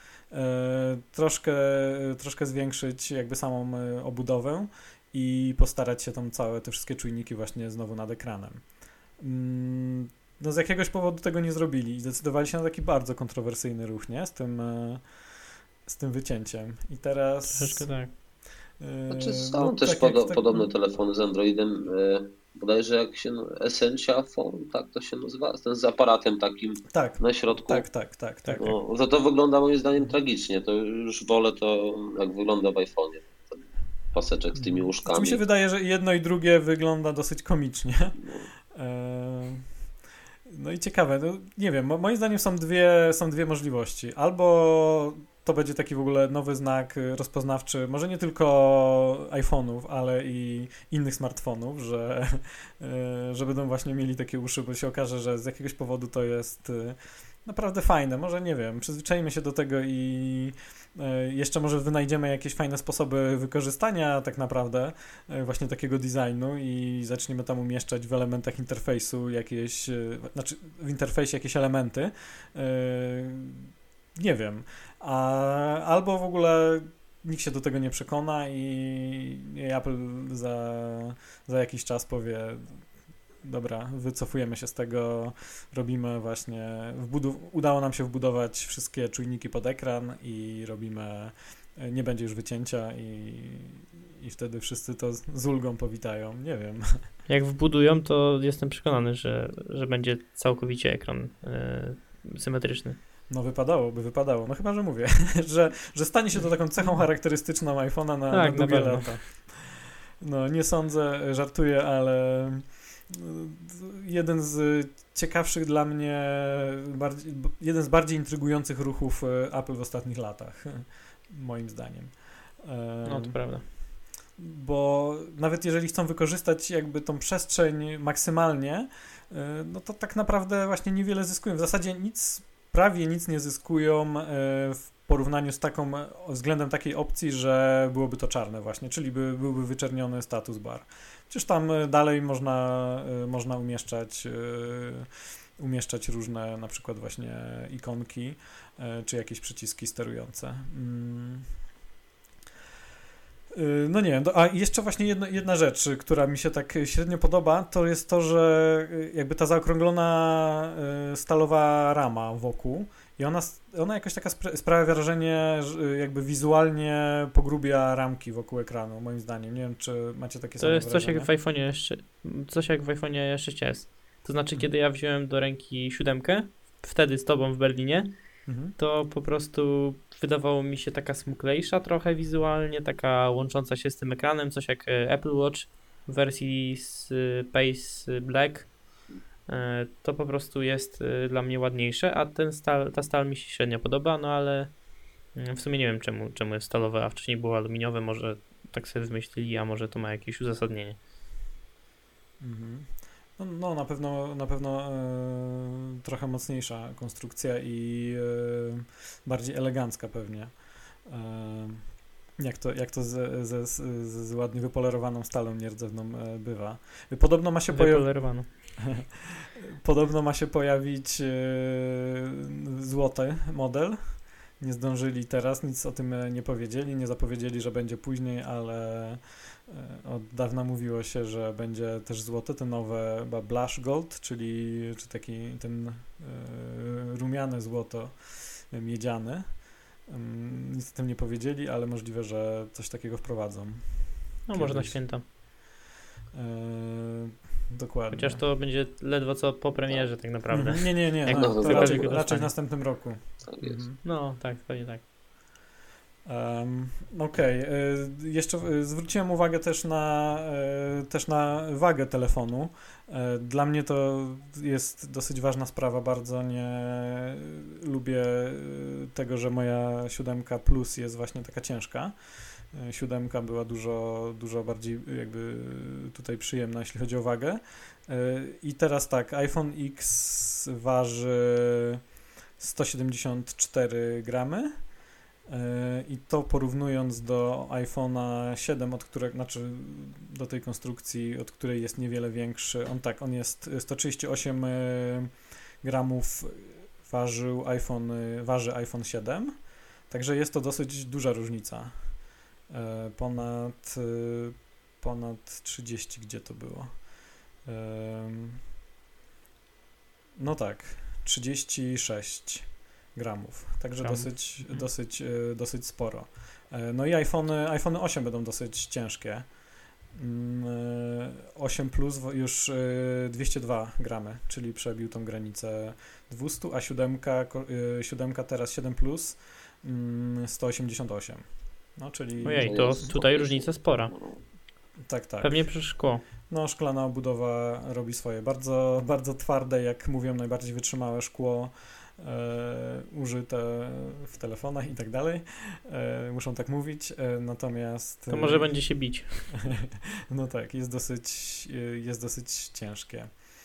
troszkę zwiększyć jakby samą obudowę i postarać się tam te wszystkie czujniki właśnie znowu nad ekranem. No z jakiegoś powodu tego nie zrobili i zdecydowali się na taki bardzo kontrowersyjny ruch, nie? Z tym wycięciem. I teraz... Troszeczkę tak. Znaczy są No, też tak jak tak, podobne telefony z Androidem. Bodajże jak się Essentia Phone, tak to się nazywa, ten z aparatem takim tak, na środku. tak. No, to wygląda moim zdaniem tragicznie. To już wolę to, jak wygląda w iPhone'ie. Ten paseczek z tymi Znaczy mi się łóżkami. wydaje, że jedno i drugie wygląda dosyć komicznie. No, No i ciekawe, no, nie wiem, moim zdaniem są dwie możliwości. Albo to będzie taki w ogóle nowy znak rozpoznawczy, może nie tylko iPhone'ów, ale i innych smartfonów, że będą właśnie mieli takie uszy, bo się okaże, że z jakiegoś powodu to jest naprawdę fajne. Może nie wiem, przyzwyczajmy się do tego i jeszcze może wynajdziemy jakieś fajne sposoby wykorzystania tak naprawdę właśnie takiego designu i zaczniemy tam umieszczać w elementach interfejsu jakieś, znaczy w interfejsie jakieś elementy. Nie wiem. Albo w ogóle nikt się do tego nie przekona i Apple za jakiś czas powie: dobra, wycofujemy się z tego, robimy właśnie, udało nam się wbudować wszystkie czujniki pod ekran i robimy, nie będzie już wycięcia i wtedy wszyscy to z ulgą powitają, nie wiem. Jak wbudują, to jestem przekonany, że będzie całkowicie ekran symetryczny. No wypadało, no chyba, że mówię, że stanie się to taką cechą charakterystyczną iPhone'a na długie lata. No nie sądzę, żartuję, ale jeden z ciekawszych dla mnie, jeden z bardziej intrygujących ruchów Apple w ostatnich latach, moim zdaniem. No to prawda. Bo nawet jeżeli chcą wykorzystać jakby tą przestrzeń maksymalnie, no to tak naprawdę właśnie niewiele zyskują. W zasadzie prawie nic nie zyskują w porównaniu z taką, względem takiej opcji, że byłoby to czarne właśnie, czyli byłby wyczerniony status bar. Przecież tam dalej można umieszczać różne na przykład właśnie ikonki czy jakieś przyciski sterujące. No nie wiem, a jeszcze właśnie jedna rzecz, która mi się tak średnio podoba, to jest to, że jakby ta zaokrąglona stalowa rama wokół i ona jakoś taka sprawia wrażenie, że jakby wizualnie pogrubia ramki wokół ekranu, moim zdaniem. Nie wiem, czy macie takie same wrażenie. To jest coś jak w iPhone'ie 6s. To znaczy, kiedy ja wziąłem do ręki 7, wtedy z tobą w Berlinie, to po prostu wydawało mi się taka smuklejsza trochę wizualnie, taka łącząca się z tym ekranem, coś jak Apple Watch w wersji Space Black. To po prostu jest dla mnie ładniejsze, a ta stal mi się średnio podoba, no ale w sumie nie wiem czemu jest stalowe, a wcześniej było aluminiowe, może tak sobie wymyślili, a może to ma jakieś uzasadnienie. No na pewno trochę mocniejsza konstrukcja i bardziej elegancka pewnie. Jak to z ładnie wypolerowaną stalą nierdzewną bywa. Podobno ma się pojawić złoty model. Nie zdążyli teraz, nic o tym nie powiedzieli, nie zapowiedzieli, że będzie później, ale od dawna mówiło się, że będzie też złote, te nowe blush gold, czy taki ten rumiane złoto miedziane. Nic o tym nie powiedzieli, ale możliwe, że coś takiego wprowadzą. No może na święta. Dokładnie. Chociaż to będzie ledwo co po premierze tak naprawdę. Nie. To raczej w następnym roku. Tak jest. No tak, pewnie tak. Okej. Jeszcze zwróciłem uwagę też na wagę telefonu. Dla mnie to jest dosyć ważna sprawa. Bardzo nie lubię tego, że moja 7 Plus jest właśnie taka ciężka. 7 była dużo bardziej jakby tutaj przyjemna, jeśli chodzi o wagę. I teraz tak, iPhone X waży 174 gramy. I to porównując do iPhone'a 7, do tej konstrukcji, od której jest niewiele większy, on jest 138 gramów waży iPhone 7, także jest to dosyć duża różnica. Ponad 30, gdzie to było? No tak, 36 gramów, także dosyć sporo. No i iPhony 8 będą dosyć ciężkie. 8 Plus już 202 gramy, czyli przebił tą granicę 200, a 7 teraz 7 Plus 188. No, czyli... Ojej, to tutaj różnica spora. Tak. Pewnie przez szkło. No, szklana obudowa robi swoje. Bardzo, bardzo twarde, jak mówią, najbardziej wytrzymałe szkło użyte w telefonach i tak dalej. Muszą tak mówić, natomiast... To może będzie się bić. No tak, jest dosyć ciężkie.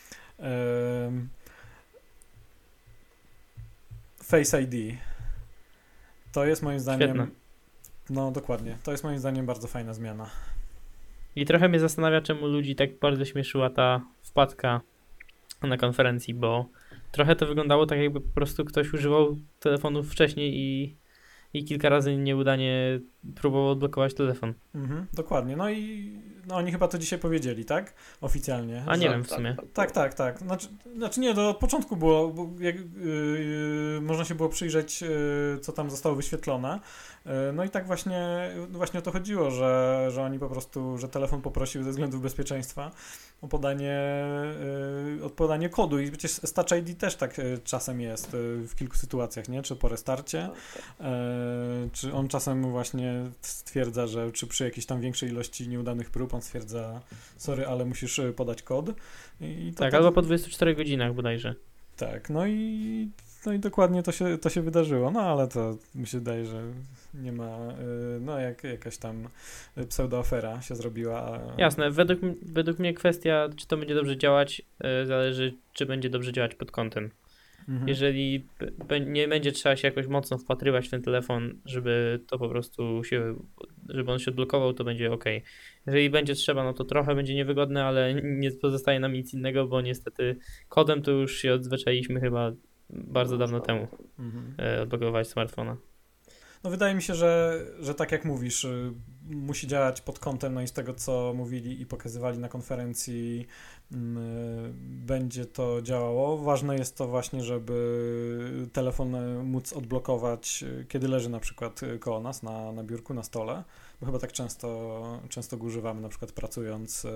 Face ID. To jest moim zdaniem... Świetne. No dokładnie. To jest moim zdaniem bardzo fajna zmiana. I trochę mnie zastanawia, czemu ludzi tak bardzo śmieszyła ta wpadka na konferencji, bo trochę to wyglądało tak, jakby po prostu ktoś używał telefonów wcześniej i kilka razy nieudanie próbował odblokować telefon. Dokładnie. No i oni chyba to dzisiaj powiedzieli, tak? Oficjalnie. A nie wiem w sumie. Tak. Znaczy nie, to od początku było, bo można się było przyjrzeć, co tam zostało wyświetlone. No i tak właśnie o to chodziło, że oni po prostu, że telefon poprosił ze względów bezpieczeństwa o podanie kodu i przecież z Touch ID też tak czasem jest w kilku sytuacjach, nie? Czy po restarcie, czy on czasem właśnie stwierdza, że czy przy jakiejś tam większej ilości nieudanych prób on stwierdza, sorry, ale musisz podać kod. Tak, albo po 24 godzinach bodajże. Tak, no i dokładnie to się wydarzyło, no ale to mi się wydaje, że nie ma, no jakaś tam pseudoafera się zrobiła. Jasne, według mnie kwestia, czy to będzie dobrze działać, zależy, czy będzie dobrze działać pod kątem. Jeżeli nie będzie trzeba się jakoś mocno wpatrywać w ten telefon, żeby to po prostu żeby on się odblokował, to będzie ok. Jeżeli będzie trzeba, no to trochę będzie niewygodne, ale nie pozostaje nam nic innego, bo niestety kodem to już się odzwyczailiśmy chyba bardzo dawno temu odblokować smartfona. No wydaje mi się, że tak jak mówisz, musi działać pod kątem, no i z tego co mówili i pokazywali na konferencji, będzie to działało. Ważne jest to właśnie, żeby telefon móc odblokować, kiedy leży na przykład koło nas na biurku, na stole, bo chyba tak często go używamy, na przykład pracując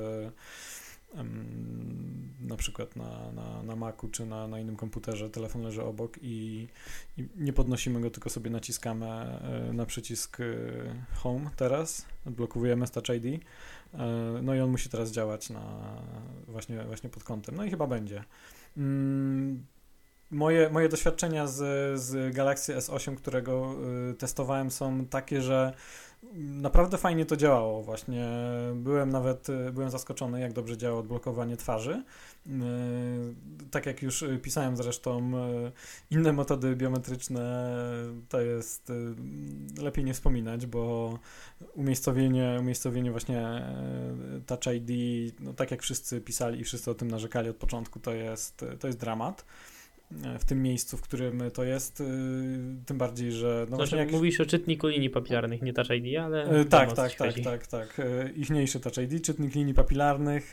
na przykład na Macu czy na innym komputerze, telefon leży obok i nie podnosimy go, tylko sobie naciskamy na przycisk Home teraz, odblokowujemy z Touch ID, no i on musi teraz działać właśnie pod kątem, no i chyba będzie. Moje doświadczenia z Galaxy S8, którego testowałem, są takie, że naprawdę fajnie to działało właśnie. Byłem zaskoczony, jak dobrze działa odblokowanie twarzy. Tak jak już pisałem zresztą, inne metody biometryczne to jest lepiej nie wspominać, bo umiejscowienie właśnie Touch ID, no tak jak wszyscy pisali i wszyscy o tym narzekali od początku, to jest dramat. W tym miejscu, w którym to jest, tym bardziej, że... No znaczy, właśnie mówisz o czytniku linii papilarnych, nie Touch ID, ale... Tak. Ichniejszy Touch ID, czytnik linii papilarnych,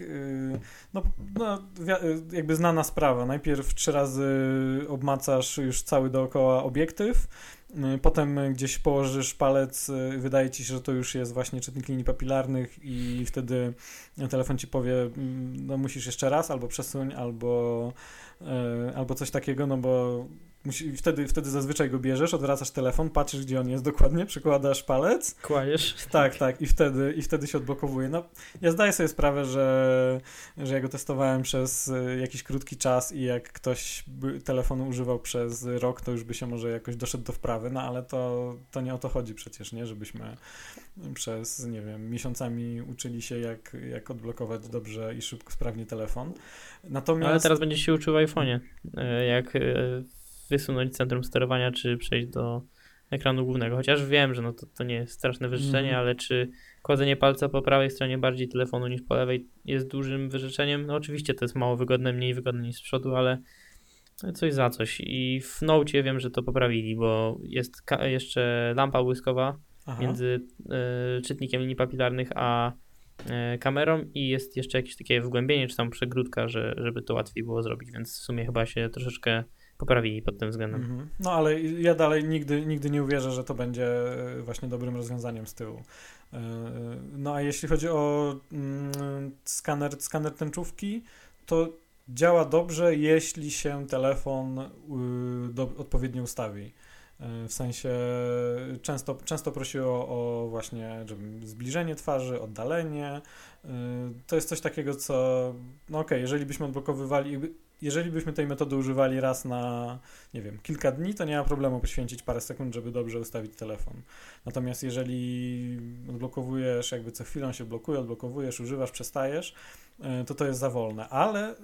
jakby znana sprawa. Najpierw 3 razy obmacasz już cały dookoła obiektyw, potem gdzieś położysz palec, wydaje ci się, że to już jest właśnie czytnik linii papilarnych i wtedy telefon ci powie, no musisz jeszcze raz, albo przesuń, albo coś takiego, no bo wtedy zazwyczaj go bierzesz, odwracasz telefon, patrzysz, gdzie on jest dokładnie, przykładasz palec. Kładziesz. Tak, i wtedy się odblokowuje. No, ja zdaję sobie sprawę, że ja go testowałem przez jakiś krótki czas i jak ktoś by telefonu używał przez rok, to już by się może jakoś doszedł do wprawy, no ale to nie o to chodzi przecież, nie? Żebyśmy przez, nie wiem, miesiącami uczyli się, jak odblokować dobrze i szybko, sprawnie telefon. Natomiast... Ale teraz będziesz się uczył w iPhone'ie, jak wysunąć centrum sterowania, czy przejść do ekranu głównego. Chociaż wiem, że no to nie jest straszne wyrzeczenie, ale czy kładzenie palca po prawej stronie bardziej telefonu niż po lewej jest dużym wyrzeczeniem? No oczywiście to jest mało wygodne, mniej wygodne niż z przodu, ale coś za coś. I w Note'cie wiem, że to poprawili, bo jest jeszcze lampa błyskowa między czytnikiem linii papilarnych a kamerą i jest jeszcze jakieś takie wgłębienie, czy tam przegródka, żeby to łatwiej było zrobić, więc w sumie chyba się troszeczkę poprawili pod tym względem. No ale ja dalej nigdy nie uwierzę, że to będzie właśnie dobrym rozwiązaniem z tyłu. No a jeśli chodzi o skaner tęczówki, to działa dobrze, jeśli się telefon odpowiednio ustawi. W sensie często prosi o właśnie żeby zbliżenie twarzy, oddalenie. To jest coś takiego, co no okej, jeżeli byśmy tej metody używali raz na, nie wiem, kilka dni, to nie ma problemu poświęcić parę sekund, żeby dobrze ustawić telefon. Natomiast jeżeli odblokowujesz, jakby co chwilę się blokuje, odblokowujesz, używasz, przestajesz, to jest za wolne. Ale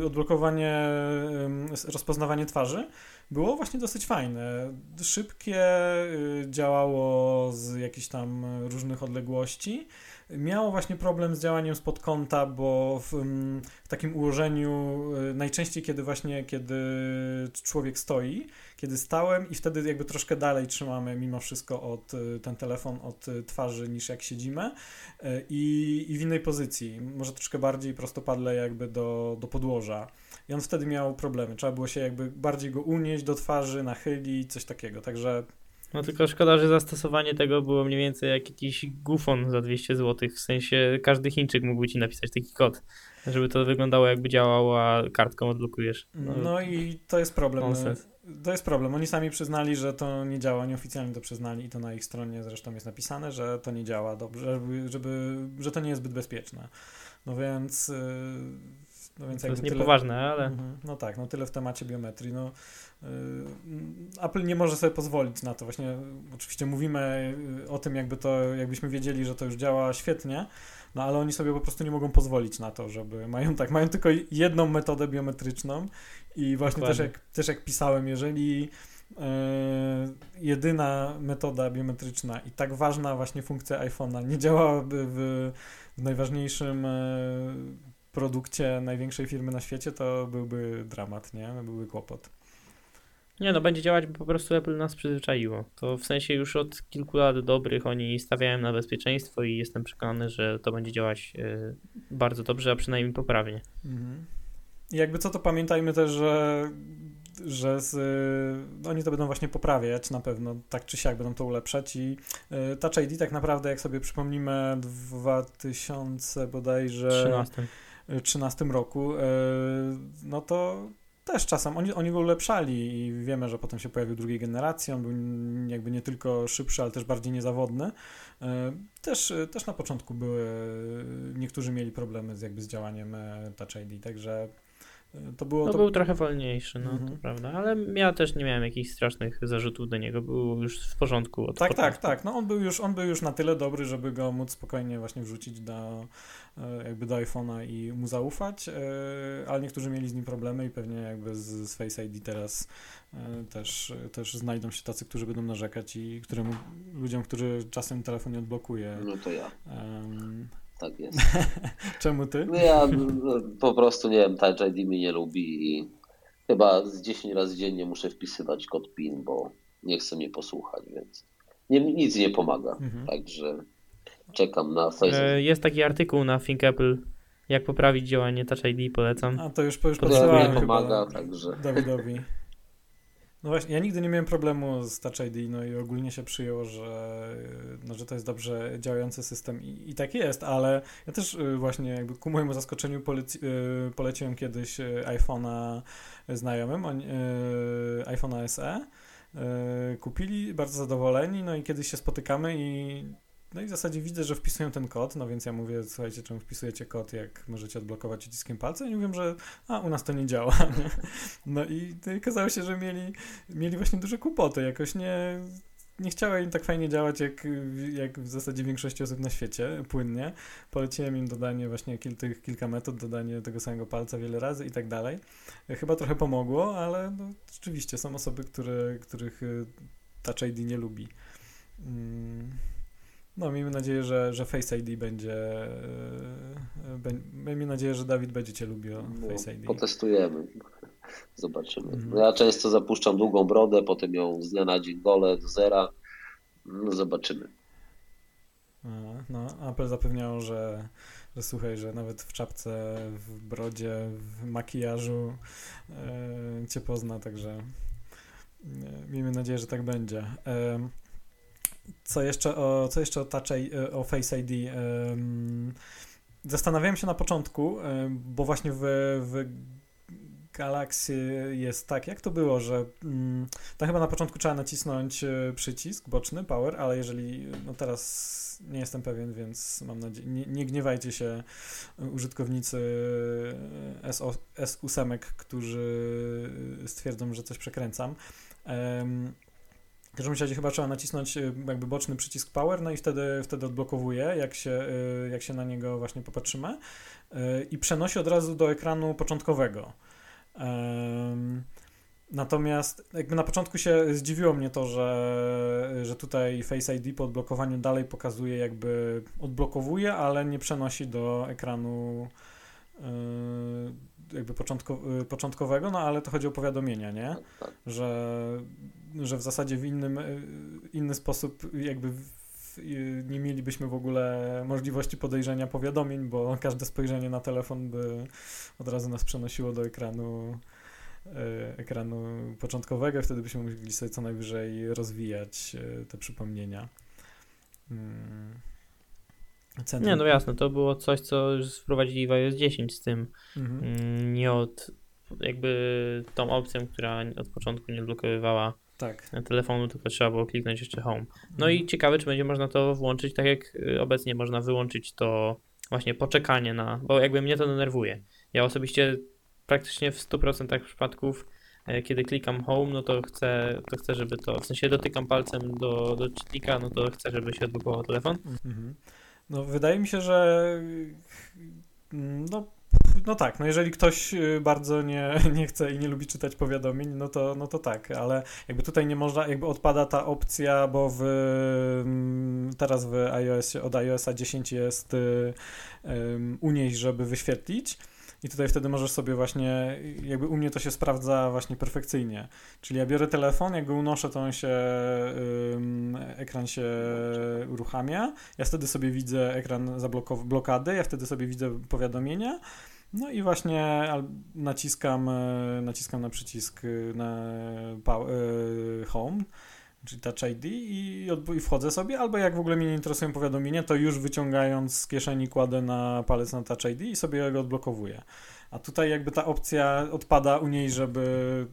rozpoznawanie twarzy było właśnie dosyć fajne. Szybkie, działało z jakichś tam różnych odległości. Miało właśnie problem z działaniem spod kąta, bo w takim ułożeniu najczęściej kiedy człowiek stoi, kiedy stałem i wtedy jakby troszkę dalej trzymamy mimo wszystko ten telefon od twarzy niż jak siedzimy i w innej pozycji, może troszkę bardziej prostopadle jakby do podłoża. I on wtedy miał problemy. Trzeba było się jakby bardziej go unieść do twarzy, nachylić, coś takiego. Także No tylko szkoda, że zastosowanie tego było mniej więcej jak jakiś gufon za 200 zł. W sensie każdy Chińczyk mógłby ci napisać taki kod, żeby to wyglądało jakby działało, a kartką odblokujesz. No i to jest problem. Nonsens. To jest problem. Oni sami przyznali, że to nie działa, nieoficjalnie to przyznali i to na ich stronie zresztą jest napisane, że to nie działa dobrze, że to nie jest zbyt bezpieczne. No więc to jest niepoważne, ale... No tak, no tyle w temacie biometrii. No, Apple nie może sobie pozwolić na to. Właśnie oczywiście mówimy o tym, jakbyśmy wiedzieli, że to już działa świetnie, no ale oni sobie po prostu nie mogą pozwolić na to, żeby mają tylko jedną metodę biometryczną i właśnie też jak pisałem, jeżeli jedyna metoda biometryczna i tak ważna właśnie funkcja iPhone'a nie działałaby w najważniejszym produkcie największej firmy na świecie, to byłby dramat, nie? Byłby kłopot. Nie, no będzie działać, bo po prostu Apple nas przyzwyczaiło. To w sensie już od kilku lat dobrych oni stawiają na bezpieczeństwo i jestem przekonany, że to będzie działać bardzo dobrze, a przynajmniej poprawnie. I jakby co, to pamiętajmy też, że oni to będą właśnie poprawiać na pewno, tak czy siak będą to ulepszać i Touch ID tak naprawdę, jak sobie przypomnimy, 2000 bodajże 13 roku, no to też czasem oni go ulepszali i wiemy, że potem się pojawił drugiej generacji, on był jakby nie tylko szybszy, ale też bardziej niezawodny. Też na początku niektórzy mieli problemy z działaniem Touch ID, także był trochę wolniejszy, to prawda, ale ja też nie miałem jakichś strasznych zarzutów do niego, był już w porządku. Tak, no on był już na tyle dobry, żeby go móc spokojnie właśnie wrzucić do iPhone'a i mu zaufać, ale niektórzy mieli z nim problemy i pewnie jakby z Face ID teraz też znajdą się tacy, którzy będą narzekać i ludziom, którzy czasem telefon nie odblokuje. No to ja. Tak jest. Czemu ty? No ja po prostu, nie wiem, Touch ID mnie nie lubi i chyba z 10 razy dziennie muszę wpisywać kod PIN, bo nie chce mnie posłuchać, więc nic nie pomaga. Także czekam na Facebook. Jest taki artykuł na Think Apple, jak poprawić działanie Touch ID, polecam. A to już podsyłałem nie pomaga, także Dawidowi. No właśnie, ja nigdy nie miałem problemu z Touch ID, no i ogólnie się przyjęło, że to jest dobrze działający system i tak jest, ale ja też właśnie jakby ku mojemu zaskoczeniu poleciłem kiedyś iPhone'a znajomym, iPhone'a SE, kupili, bardzo zadowoleni, no i kiedyś się spotykamy no i w zasadzie widzę, że wpisują ten kod, no więc ja mówię, słuchajcie, czemu wpisujecie kod, jak możecie odblokować uciskiem palca? I mówią, że u nas to nie działa. Nie? No i okazało się, że mieli właśnie duże kłopoty, jakoś nie chciało im tak fajnie działać, jak w zasadzie większości osób na świecie, płynnie. Poleciłem im dodanie właśnie kilka metod, dodanie tego samego palca wiele razy i tak dalej. Chyba trochę pomogło, ale no, rzeczywiście są osoby, których Touch ID nie lubi. No, miejmy nadzieję, że Face ID będzie... Miejmy nadzieję, że Dawid będzie cię lubił Face ID. Potestujemy. Zobaczymy. No ja często zapuszczam długą brodę, potem ją z dnia na dzień golę do zera. No zobaczymy. No, Apple zapewniało, że słuchaj, że nawet w czapce, w brodzie, w makijażu cię pozna, także miejmy nadzieję, że tak będzie. Co jeszcze o o Face ID? Zastanawiałem się na początku, bo właśnie w Galaxy jest tak, jak to było, że tam chyba na początku trzeba nacisnąć przycisk boczny, power, ale jeżeli, no teraz nie jestem pewien, więc mam nadzieję, nie gniewajcie się użytkownicy S8, którzy stwierdzą, że coś przekręcam. W każdym razie chyba trzeba nacisnąć jakby boczny przycisk power, no i wtedy odblokowuje, jak się na niego właśnie popatrzymy i przenosi od razu do ekranu początkowego. Natomiast jakby na początku się zdziwiło mnie to, że tutaj Face ID po odblokowaniu dalej pokazuje, jakby odblokowuje, ale nie przenosi do ekranu jakby początkowego, no ale to chodzi o powiadomienia, nie? Że w zasadzie w inny sposób jakby nie mielibyśmy w ogóle możliwości podejrzenia powiadomień, bo każde spojrzenie na telefon by od razu nas przenosiło do ekranu początkowego i wtedy byśmy mogli sobie co najwyżej rozwijać te przypomnienia. Nie, no jasne, to było coś, co już wprowadzili w iOS 10 z tym jakby tą opcją, która od początku nie odblokowywała telefonu, tylko trzeba było kliknąć jeszcze Home. No i ciekawe, czy będzie można to włączyć, tak jak obecnie można wyłączyć to właśnie poczekanie bo jakby mnie to denerwuje. Ja osobiście praktycznie w 100% przypadków, kiedy klikam Home, no to chcę, żeby to, w sensie dotykam palcem do czytnika, no to chcę, żeby się odblokował telefon. No wydaje mi się, że no tak, no jeżeli ktoś bardzo nie chce i nie lubi czytać powiadomień, no to tak, ale jakby tutaj nie można, jakby odpada ta opcja, bo teraz w iOS, od iOS-a 10 jest unieść, żeby wyświetlić. I tutaj wtedy możesz sobie właśnie, jakby u mnie to się sprawdza właśnie perfekcyjnie. Czyli ja biorę telefon, jak go unoszę, to ekran się uruchamia. Ja wtedy sobie widzę ekran blokady, ja wtedy sobie widzę powiadomienia. No i właśnie naciskam na przycisk na Home, czyli Touch ID i wchodzę sobie, albo jak w ogóle mnie nie interesują powiadomienia, to już wyciągając z kieszeni kładę na palec na Touch ID i sobie go odblokowuję. A tutaj jakby ta opcja odpada u niej, żeby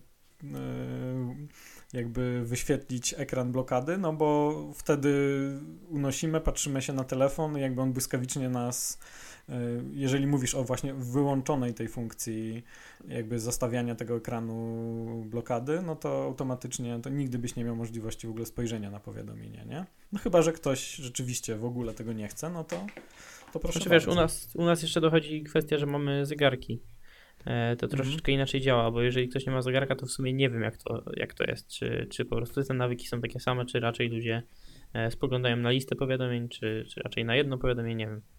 jakby wyświetlić ekran blokady, no bo wtedy unosimy, patrzymy się na telefon, jakby on błyskawicznie nas, jeżeli mówisz o właśnie wyłączonej tej funkcji jakby zostawiania tego ekranu blokady, no to automatycznie to nigdy byś nie miał możliwości w ogóle spojrzenia na powiadomienie, nie? No chyba, że ktoś rzeczywiście w ogóle tego nie chce, no to proszę znaczy, bardzo. Wiesz, u nas jeszcze dochodzi kwestia, że mamy zegarki. To troszeczkę inaczej działa, bo jeżeli ktoś nie ma zegarka, to w sumie nie wiem jak to jest, czy po prostu te nawyki są takie same, czy raczej ludzie spoglądają na listę powiadomień, czy raczej na jedno powiadomienie, nie wiem.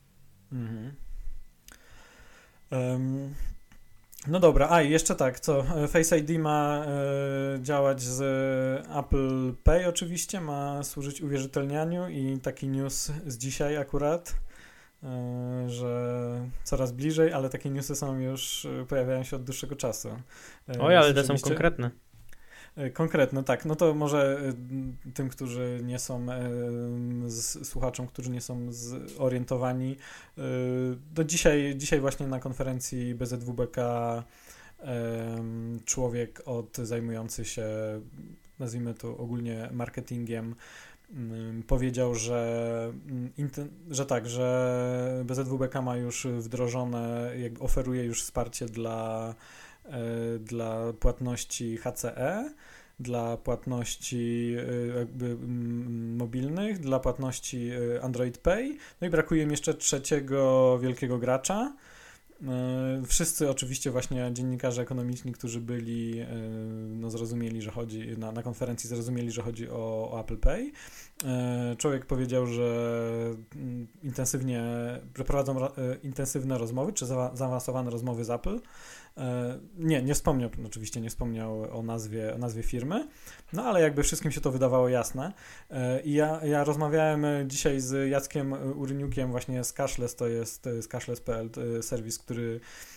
No dobra, i jeszcze tak, Face ID ma działać z Apple Pay oczywiście, ma służyć uwierzytelnianiu i taki news z dzisiaj akurat, że coraz bliżej, ale takie newsy pojawiają się od dłuższego czasu. Oj, ale te są konkretne. Konkretne, tak. No to może tym, którzy nie są, słuchaczom, którzy nie są zorientowani, do dzisiaj właśnie na konferencji BZWBK człowiek zajmujący się, nazwijmy to ogólnie marketingiem, powiedział, że BZWBK ma już wdrożone, jakby oferuje już wsparcie dla płatności HCE, dla płatności jakby mobilnych, dla płatności Android Pay, no i brakuje mi jeszcze trzeciego wielkiego gracza. Wszyscy oczywiście właśnie dziennikarze ekonomiczni, którzy byli, no zrozumieli, że chodzi, na konferencji zrozumieli, że chodzi o Apple Pay. Człowiek powiedział, że że prowadzą intensywne rozmowy, czy zaawansowane rozmowy z Apple. Nie wspomniał, oczywiście nie wspomniał o nazwie firmy, no ale jakby wszystkim się to wydawało jasne. I ja rozmawiałem dzisiaj z Jackiem Uryniukiem właśnie z Cashless, to jest z cashless.pl, serwis, który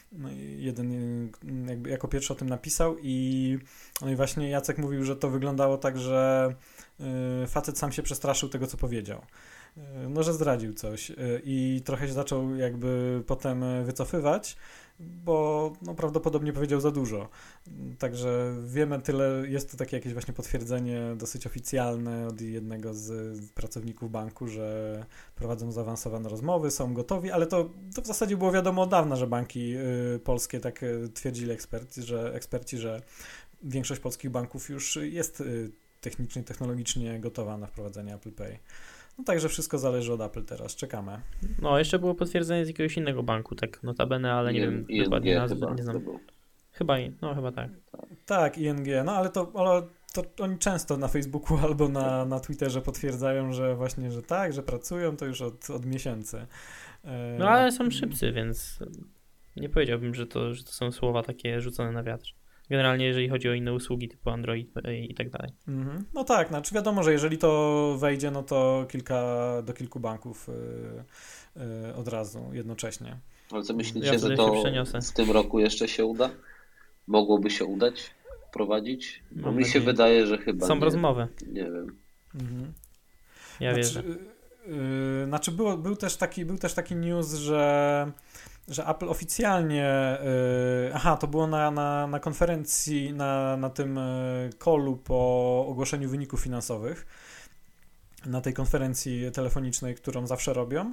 jakby jako pierwszy o tym napisał i właśnie Jacek mówił, że to wyglądało tak, że facet sam się przestraszył tego, co powiedział. No, że zdradził coś i trochę się zaczął jakby potem wycofywać, bo no, prawdopodobnie powiedział za dużo. Także wiemy tyle, jest to takie jakieś właśnie potwierdzenie dosyć oficjalne od jednego z pracowników banku, że prowadzą zaawansowane rozmowy, są gotowi, ale to w zasadzie było wiadomo od dawna, że banki polskie, tak twierdzili eksperci, że większość polskich banków już jest technicznie, technologicznie gotowa na wprowadzenie Apple Pay. No także wszystko zależy od Apple teraz, czekamy. No, jeszcze było potwierdzenie z jakiegoś innego banku, tak notabene, ale nie wiem dokładnie nazwy, nie znam. Chyba tak. Tak, ING, no ale to oni często na Facebooku albo na Twitterze potwierdzają, że właśnie, że tak, że pracują, to już od miesięcy. No ale są szybcy, więc nie powiedziałbym, że to są słowa takie rzucone na wiatr. Generalnie jeżeli chodzi o inne usługi typu Android i tak dalej. No tak, znaczy wiadomo, że jeżeli to wejdzie, no to do kilku banków od razu, jednocześnie. Ale co myślicie, że to w tym roku jeszcze się uda? Mogłoby się udać wprowadzić? Bo mi się wydaje, że chyba są rozmowy. Nie wiem. Ja wierzę. Znaczy był też taki news, że Apple oficjalnie, to było na konferencji, na tym callu po ogłoszeniu wyników finansowych, na tej konferencji telefonicznej, którą zawsze robią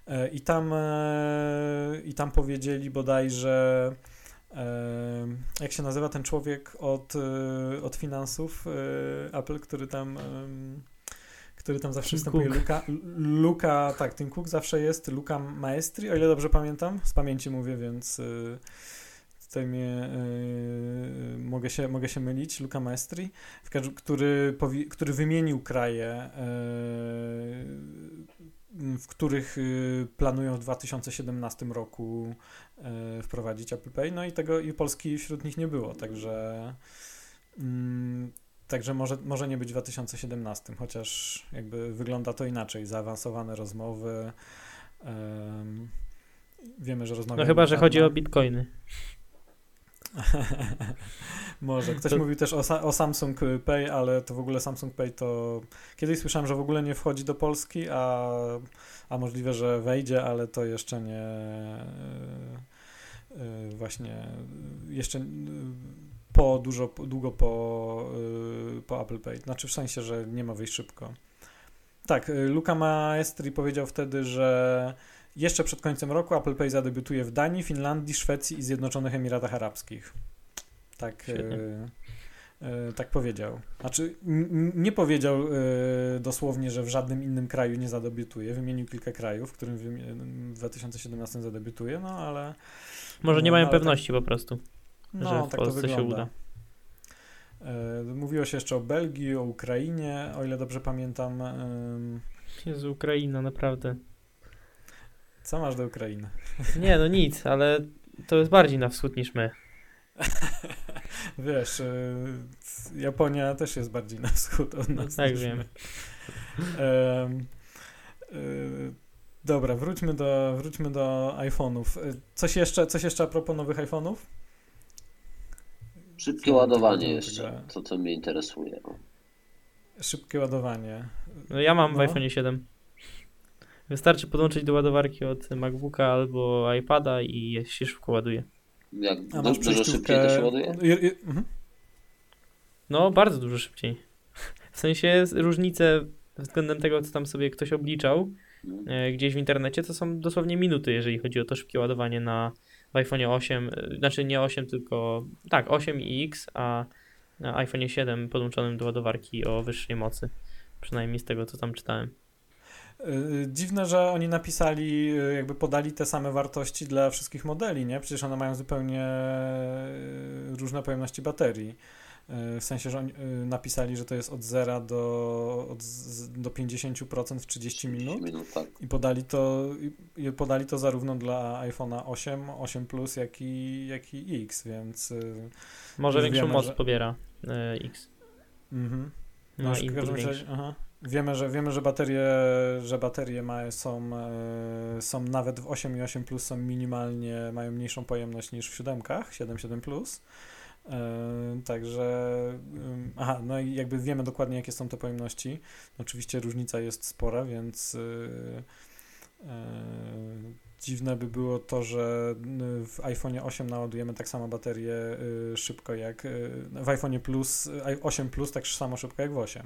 i tam powiedzieli bodajże, jak się nazywa ten człowiek od finansów Apple, który tam zawsze występuje, tak, Tim Cook zawsze jest, Luca Maestri, o ile dobrze pamiętam, z pamięci mówię, więc tutaj mogę się mylić, Luca Maestri, który wymienił kraje, w których planują w 2017 roku wprowadzić Apple Pay, no i Polski wśród nich nie było, Także może nie być w 2017, chociaż jakby wygląda to inaczej. Zaawansowane rozmowy. Wiemy, że rozmawiamy. No chyba, że chodzi o bitcoiny. Może. Ktoś mówił też o Samsung Pay, ale to w ogóle Samsung Pay to... Kiedyś słyszałem, że w ogóle nie wchodzi do Polski, a możliwe, że wejdzie, ale to jeszcze nie... Właśnie jeszcze... długo po Apple Pay. Znaczy w sensie, że nie ma wyjść szybko. Tak, Luca Maestri powiedział wtedy, że jeszcze przed końcem roku Apple Pay zadebiutuje w Danii, Finlandii, Szwecji i Zjednoczonych Emiratach Arabskich. Tak powiedział. Znaczy nie powiedział dosłownie, że w żadnym innym kraju nie zadebiutuje. Wymienił kilka krajów, w którym w 2017 zadebiutuje, no ale... Może nie mają pewności po prostu. No, że w tak Polsce to się uda. Mówiło się jeszcze o Belgii, o Ukrainie, o ile dobrze pamiętam. Jezu, Ukraina, naprawdę. Co masz do Ukrainy? Nie, no nic, ale to jest bardziej na wschód niż my. Wiesz, Japonia też jest bardziej na wschód od nas. Tak, wiem. Dobra, wróćmy do iPhone'ów. Coś jeszcze a propos nowych iPhone'ów? Szybkie ładowanie jeszcze, co mnie interesuje. Szybkie ładowanie. No ja mam w iPhone 7. Wystarczy podłączyć do ładowarki od MacBooka albo iPada i się szybko ładuje. Jak dużo szybciej to się ładuje? No, bardzo dużo szybciej. W sensie różnice względem tego, co tam sobie ktoś obliczał gdzieś w internecie, to są dosłownie minuty, jeżeli chodzi o to szybkie ładowanie w iPhone 8, znaczy nie 8, tylko 8 i X, a na iPhone 7 podłączonym do ładowarki o wyższej mocy. Przynajmniej z tego, co tam czytałem. Dziwne, że oni napisali, jakby podali te same wartości dla wszystkich modeli, nie? Przecież one mają zupełnie różne pojemności baterii. W sensie, że oni napisali, że to jest od 0 do 50% w 30 minut tak. i podali to zarówno dla iPhone'a 8, 8 Plus, jak i X, więc Może większą wiemy, moc pobiera X. Mhm. No już i w każdym razie, wiemy, że baterie są nawet w 8 i 8 Plus są mają mniejszą pojemność niż w 7 Plus. Także no i jakby wiemy dokładnie, jakie są te pojemności. Oczywiście różnica jest spora, więc dziwne by było to, że w iPhone'ie 8 naładujemy tak samo baterię szybko jak w iPhone'ie Plus, 8 Plus tak samo szybko jak w 8.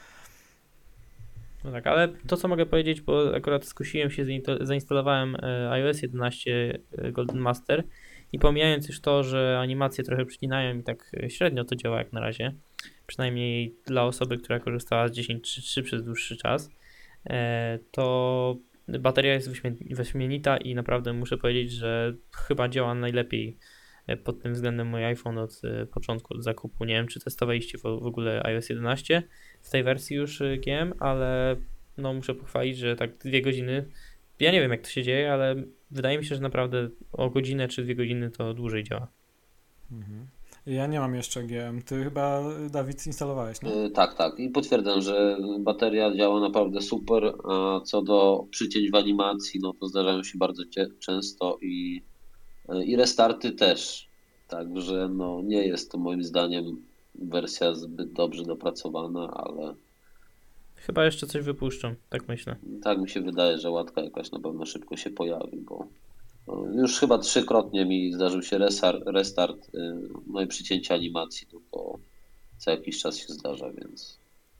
No tak, ale to co mogę powiedzieć, bo akurat skusiłem się, zainstalowałem iOS 11 Golden Master i pomijając już to, że animacje trochę przycinają i tak średnio to działa jak na razie, przynajmniej dla osoby, która korzystała z 10.3 przez dłuższy czas, to bateria jest wyśmienita i naprawdę muszę powiedzieć, że chyba działa najlepiej pod tym względem mój iPhone od początku, od zakupu. Nie wiem, czy testowaliście w ogóle iOS 11 w tej wersji już GM, ale no muszę pochwalić, że tak 2 godziny, ja nie wiem jak to się dzieje, ale wydaje mi się, że naprawdę o godzinę czy 2 godziny to dłużej działa. Mhm. Ja nie mam jeszcze GM. Ty chyba, Dawid, instalowałeś, nie? Tak. I potwierdzam, że bateria działa naprawdę super, a co do przycięć w animacji, no to zdarzają się bardzo często i restarty też. Także no nie jest to moim zdaniem wersja zbyt dobrze dopracowana, ale Chyba jeszcze coś wypuszczą, tak myślę. tak mi się wydaje, że łatka jakaś na pewno szybko się pojawi, bo już chyba 3-krotnie mi zdarzył się restart, no i przycięcie animacji, to co jakiś czas się zdarza, więc...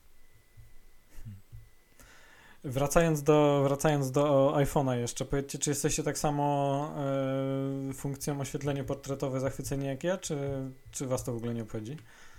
Wracając do iPhone'a jeszcze, powiedzcie, czy jesteście tak samo funkcją oświetlenie portretowe zachwyceni jak ja, czy was to w ogóle nie obchodzi?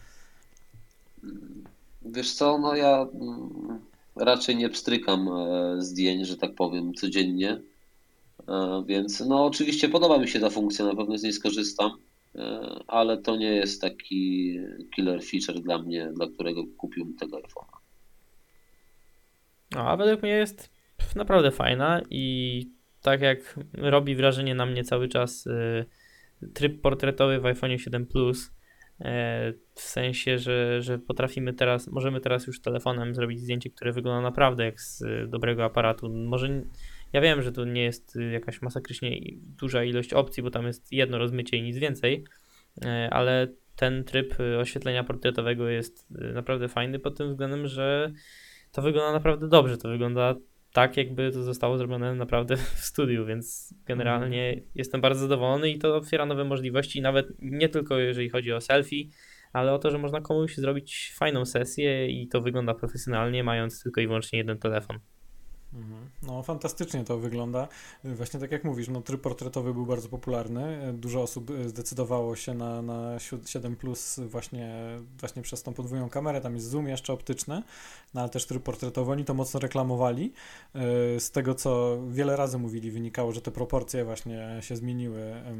Wiesz co, no ja raczej nie pstrykam zdjęć, że tak powiem, codziennie, więc no oczywiście podoba mi się ta funkcja, na pewno z niej skorzystam, ale to nie jest taki killer feature dla mnie, dla którego kupiłem tego iPhone'a. No, a według mnie jest naprawdę fajna i tak jak robi wrażenie na mnie cały czas tryb portretowy w iPhone'ie 7 Plus, w sensie, że możemy teraz już telefonem zrobić zdjęcie, które wygląda naprawdę jak z dobrego aparatu. Może ja wiem, że to nie jest jakaś masakrycznie duża ilość opcji, bo tam jest jedno rozmycie i nic więcej, ale ten tryb oświetlenia portretowego jest naprawdę fajny pod tym względem, że to wygląda naprawdę dobrze, to wygląda tak, jakby to zostało zrobione naprawdę w studiu, więc generalnie jestem bardzo zadowolony i to otwiera nowe możliwości, nawet nie tylko jeżeli chodzi o selfie, ale o to, że można komuś zrobić fajną sesję i to wygląda profesjonalnie, mając tylko i wyłącznie jeden telefon. No fantastycznie to wygląda. Właśnie tak jak mówisz, no tryb portretowy był bardzo popularny. Dużo osób zdecydowało się na 7 Plus właśnie przez tą podwójną kamerę. Tam jest zoom jeszcze optyczny, no ale też tryb portretowy. Oni to mocno reklamowali. Z tego, co wiele razy mówili, wynikało, że te proporcje właśnie się zmieniły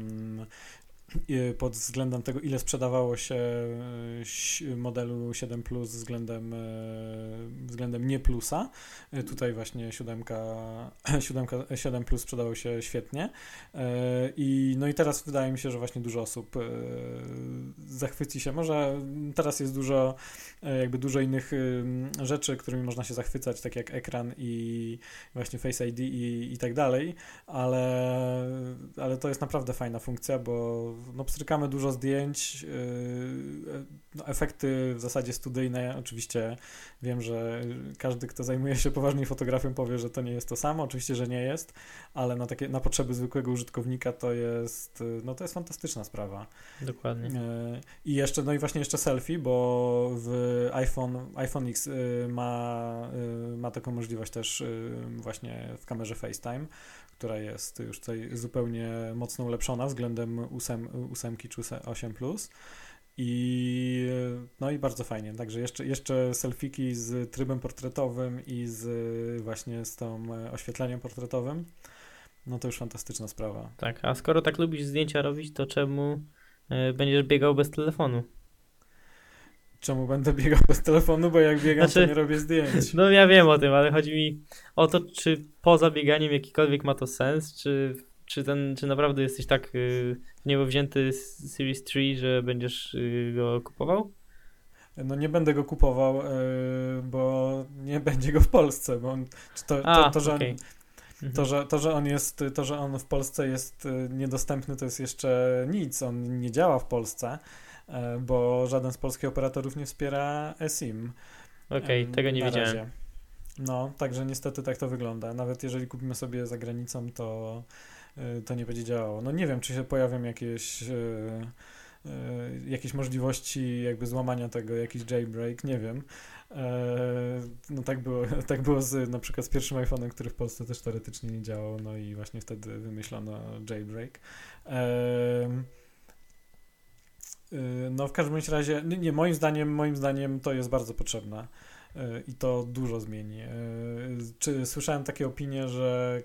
pod względem tego, ile sprzedawało się modelu 7 Plus względem nie plusa. Tutaj właśnie 7 Plus sprzedało się świetnie. No i teraz wydaje mi się, że właśnie dużo osób zachwyci się. Może teraz jest dużo innych rzeczy, którymi można się zachwycać, tak jak ekran i właśnie Face ID i tak dalej, ale to jest naprawdę fajna funkcja, bo no, pstrykamy dużo zdjęć, no, efekty w zasadzie studyjne, oczywiście wiem, że każdy, kto zajmuje się poważnie fotografią, powie, że to nie jest to samo, oczywiście, że nie jest, ale na potrzeby zwykłego użytkownika to jest fantastyczna sprawa. Dokładnie. I jeszcze selfie, bo iPhone X ma taką możliwość też właśnie w kamerze FaceTime, która jest już tutaj zupełnie mocno ulepszona względem 8 czy 8 Plus. I bardzo fajnie. Także jeszcze selfiki z trybem portretowym i właśnie z tą oświetleniem portretowym. No to już fantastyczna sprawa. Tak, a skoro tak lubisz zdjęcia robić, to czemu będziesz biegał bez telefonu? Czemu będę biegał bez telefonu, bo jak biegam, to nie robię zdjęć. No ja wiem o tym, ale chodzi mi o to, czy poza bieganiem jakikolwiek ma to sens, czy naprawdę jesteś tak w niebo wzięty z Series 3, że będziesz go kupował? No nie będę go kupował, bo nie będzie go w Polsce, bo on, to, że on w Polsce jest niedostępny, to jest jeszcze nic. On nie działa w Polsce, bo żaden z polskich operatorów nie wspiera eSIM. Okej, tego nie wiedziałem. Razie. No, także niestety tak to wygląda. Nawet jeżeli kupimy sobie za granicą, to nie będzie działało. No nie wiem, czy się pojawią jakieś możliwości jakby złamania tego, jakiś jailbreak, nie wiem. No tak było na przykład z pierwszym iPhone'em, który w Polsce też teoretycznie nie działał, no i właśnie wtedy wymyślono jailbreak. No w każdym bądź razie, nie, moim zdaniem to jest bardzo potrzebne i to dużo zmieni. Czy słyszałem takie opinie, że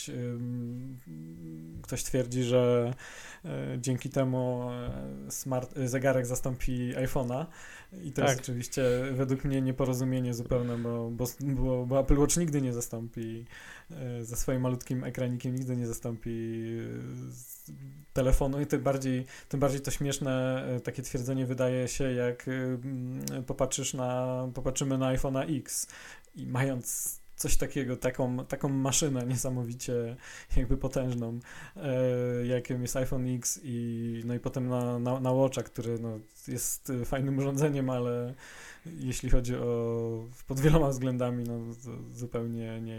ktoś twierdzi, że dzięki temu zegarek zastąpi iPhone'a i to jest oczywiście według mnie nieporozumienie zupełne, bo Apple Watch nigdy nie zastąpi ze swoim malutkim ekranikiem, nigdy nie zastąpi telefonu i tym bardziej to śmieszne takie twierdzenie wydaje się, jak popatrzymy na iPhone'a X i mając coś takiego, taką maszynę niesamowicie jakby potężną, jakim jest iPhone X no i potem na Watcha, który no, jest fajnym urządzeniem, ale jeśli chodzi pod wieloma względami, no to zupełnie nie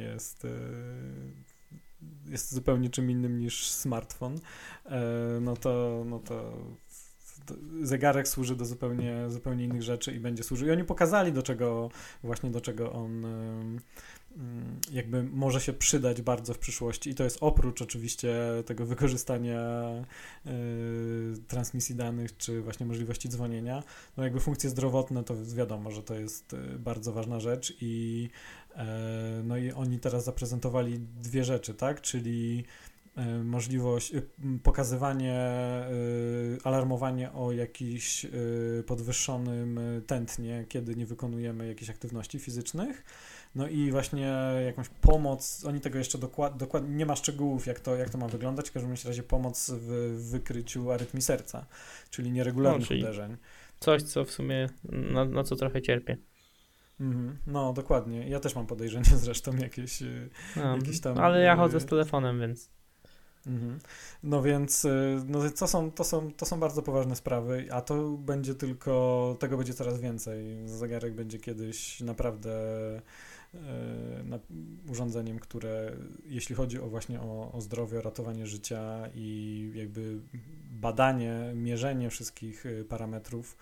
jest zupełnie czym innym niż smartfon, no to zegarek służy do zupełnie innych rzeczy i będzie służył. I oni pokazali, do czego on jakby może się przydać bardzo w przyszłości i to jest oprócz oczywiście tego wykorzystania transmisji danych, czy właśnie możliwości dzwonienia, no jakby funkcje zdrowotne to wiadomo, że to jest bardzo ważna rzecz i no i oni teraz zaprezentowali dwie rzeczy, tak, czyli możliwość pokazywanie, alarmowanie o jakiś podwyższonym tętnie, kiedy nie wykonujemy jakichś aktywności fizycznych. No i właśnie jakąś pomoc, oni tego jeszcze dokładnie nie ma szczegółów, jak to ma wyglądać, w każdym razie pomoc w wykryciu arytmii serca, czyli nieregularnych uderzeń. Coś, co w sumie na co trochę cierpię. No, dokładnie. Ja też mam podejrzenie zresztą jakieś tam... Ale ja chodzę z telefonem, więc... No więc no, to są bardzo poważne sprawy, a tego będzie coraz więcej. Zegarek będzie kiedyś naprawdę urządzeniem, które jeśli chodzi o zdrowie, o ratowanie życia i jakby badanie, mierzenie wszystkich parametrów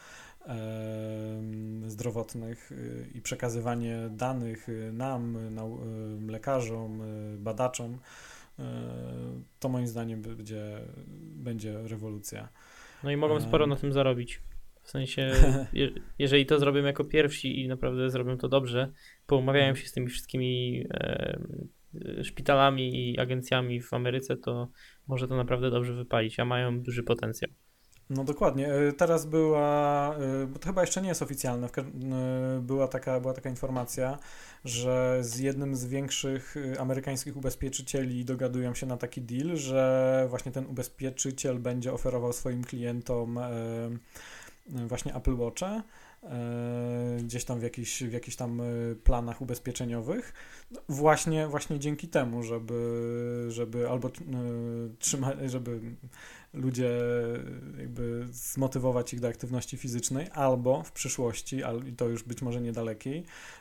zdrowotnych i przekazywanie danych nam, lekarzom, badaczom, to moim zdaniem będzie rewolucja. No i mogą sporo na tym zarobić. W sensie, jeżeli to zrobią jako pierwsi i naprawdę zrobią to dobrze, poumawiają się z tymi wszystkimi szpitalami i agencjami w Ameryce, to może to naprawdę dobrze wypalić, a mają duży potencjał. No dokładnie. Teraz bo to chyba jeszcze nie jest oficjalne, była taka informacja, że z jednym z większych amerykańskich ubezpieczycieli dogadują się na taki deal, że właśnie ten ubezpieczyciel będzie oferował swoim klientom właśnie Apple Watcha, gdzieś tam w jakichś tam planach ubezpieczeniowych, właśnie dzięki temu, żeby albo żeby ludzie jakby zmotywować ich do aktywności fizycznej, albo w przyszłości, i to już być może niedalekiej,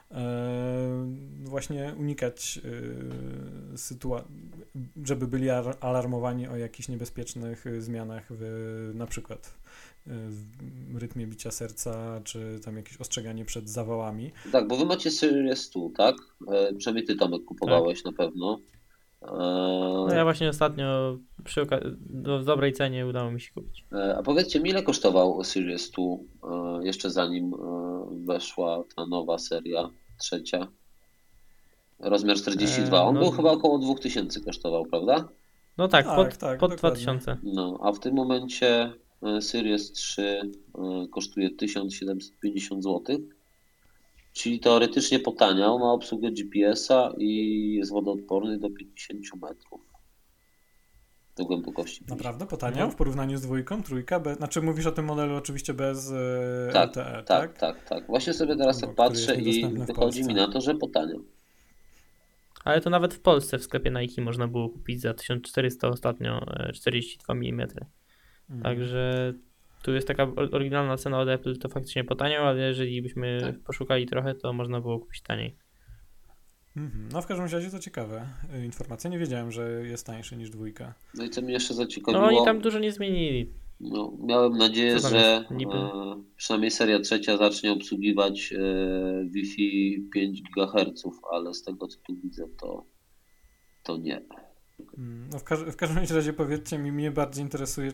właśnie unikać żeby byli alarmowani o jakichś niebezpiecznych zmianach na przykład w rytmie bicia serca, czy tam jakieś ostrzeganie przed zawałami. Tak, bo wy macie Series 2, tak? Przynajmniej ty, Tomek, kupowałeś na pewno. No ja właśnie ostatnio w dobrej cenie udało mi się kupić. A powiedzcie mi, ile kosztował Series 2 jeszcze zanim weszła ta nowa seria, trzecia? Rozmiar 42. On był chyba około 2000 kosztował, prawda? No tak, pod 2000. No, a w tym momencie Series 3 kosztuje 1750 zł, czyli teoretycznie potaniał, ma obsługę GPS-a i jest wodoodporny do 50 metrów do głębokości. Naprawdę potaniał w porównaniu z dwójką, trójka? Znaczy mówisz o tym modelu oczywiście bez tak, LTE, tak? Tak. Właśnie sobie teraz patrzę i wychodzi mi na to, że potaniał. Ale to nawet w Polsce w sklepie Nike można było kupić za 1400 ostatnio 42 mm. Także tu jest taka oryginalna cena od Apple, to faktycznie potaniał, ale jeżeli byśmy poszukali trochę, to można było kupić taniej. No w każdym razie to ciekawe informacja. Nie wiedziałem, że jest tańszy niż dwójka. No i co mnie jeszcze zaciekawiło... No oni tam dużo nie zmienili. No, miałem nadzieję, że przynajmniej seria trzecia zacznie obsługiwać Wi-Fi 5 GHz, ale z tego co tu widzę, to nie. No w każdym razie powiedzcie mi, mnie bardziej interesuje,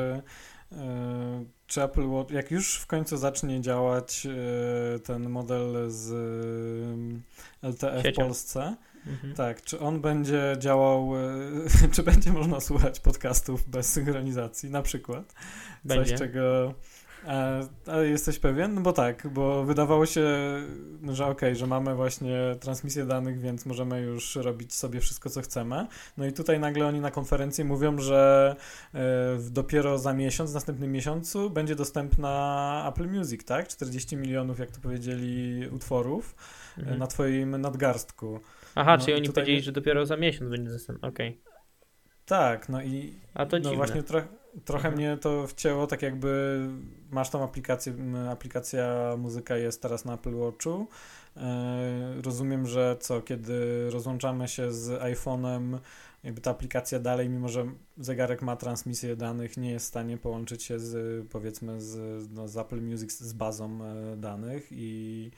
czy Apple Watch, jak już w końcu zacznie działać ten model z LTE w Polsce, tak, czy on będzie działał, czy będzie można słuchać podcastów bez synchronizacji, na przykład? Będzie. Coś, czego... A jesteś pewien? No bo tak, bo wydawało się, że że mamy właśnie transmisję danych, więc możemy już robić sobie wszystko, co chcemy. No i tutaj nagle oni na konferencji mówią, że dopiero za miesiąc, w następnym miesiącu będzie dostępna Apple Music, tak? 40 milionów, jak to powiedzieli, utworów na twoim nadgarstku. Aha, czyli oni powiedzieli, że dopiero za miesiąc będzie dostępny, okej. Tak, no i a to dziwne. Właśnie trochę mnie to wcięło, tak jakby masz tą aplikację, aplikacja muzyka jest teraz na Apple Watchu. Rozumiem, że kiedy rozłączamy się z iPhone'em, jakby ta aplikacja dalej, mimo że zegarek ma transmisję danych, nie jest w stanie połączyć się z, powiedzmy, z Apple Music, z bazą danych i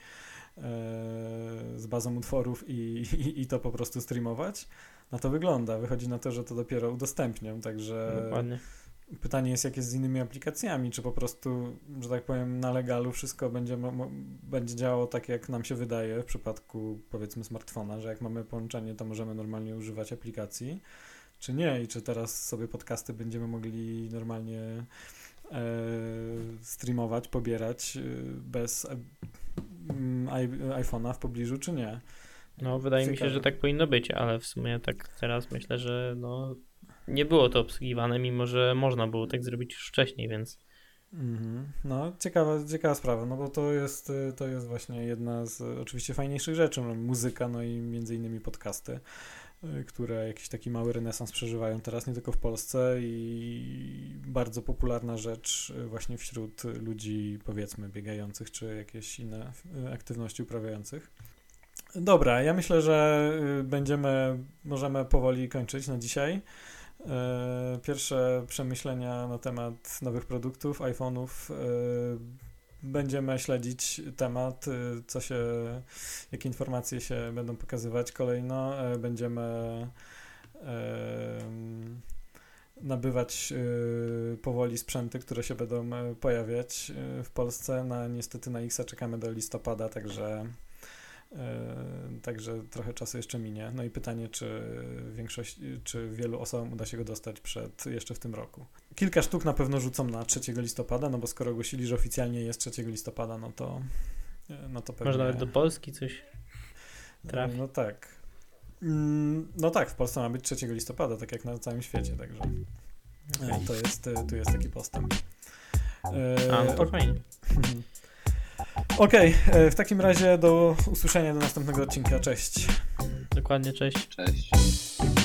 z bazą utworów i to po prostu streamować. Na to wygląda. Wychodzi na to, że to dopiero udostępnią, także dokładnie. Pytanie jest, jak jest z innymi aplikacjami, czy po prostu, że tak powiem, na legalu wszystko będzie działało tak, jak nam się wydaje w przypadku, powiedzmy, smartfona, że jak mamy połączenie, to możemy normalnie używać aplikacji, czy nie, i czy teraz sobie podcasty będziemy mogli normalnie streamować, pobierać bez iPhone'a w pobliżu, czy nie. No, wydaje mi się, że tak powinno być, ale w sumie tak teraz myślę, że nie było to obsługiwane, mimo że można było tak zrobić już wcześniej, więc... No, ciekawa sprawa, no bo to jest właśnie jedna z oczywiście fajniejszych rzeczy, muzyka, no i między innymi podcasty, które jakiś taki mały renesans przeżywają teraz, nie tylko w Polsce, i bardzo popularna rzecz właśnie wśród ludzi, powiedzmy, biegających, czy jakieś inne aktywności uprawiających. Dobra, ja myślę, że możemy powoli kończyć na dzisiaj. Pierwsze przemyślenia na temat nowych produktów, iPhone'ów. Będziemy śledzić temat, jakie informacje się będą pokazywać kolejno. Będziemy nabywać powoli sprzęty, które się będą pojawiać w Polsce. Niestety na X czekamy do listopada, także trochę czasu jeszcze minie. No i pytanie, czy wielu osobom uda się go dostać jeszcze w tym roku. Kilka sztuk na pewno rzucą na 3 listopada, no bo skoro ogłosili, że oficjalnie jest 3 listopada, no to pewnie... Może nawet do Polski coś trafi. No tak. No tak, w Polsce ma być 3 listopada, tak jak na całym świecie, także tu jest taki postęp. No to fajnie. Okej, w takim razie do usłyszenia do następnego odcinka. Cześć. Dokładnie, cześć. Cześć.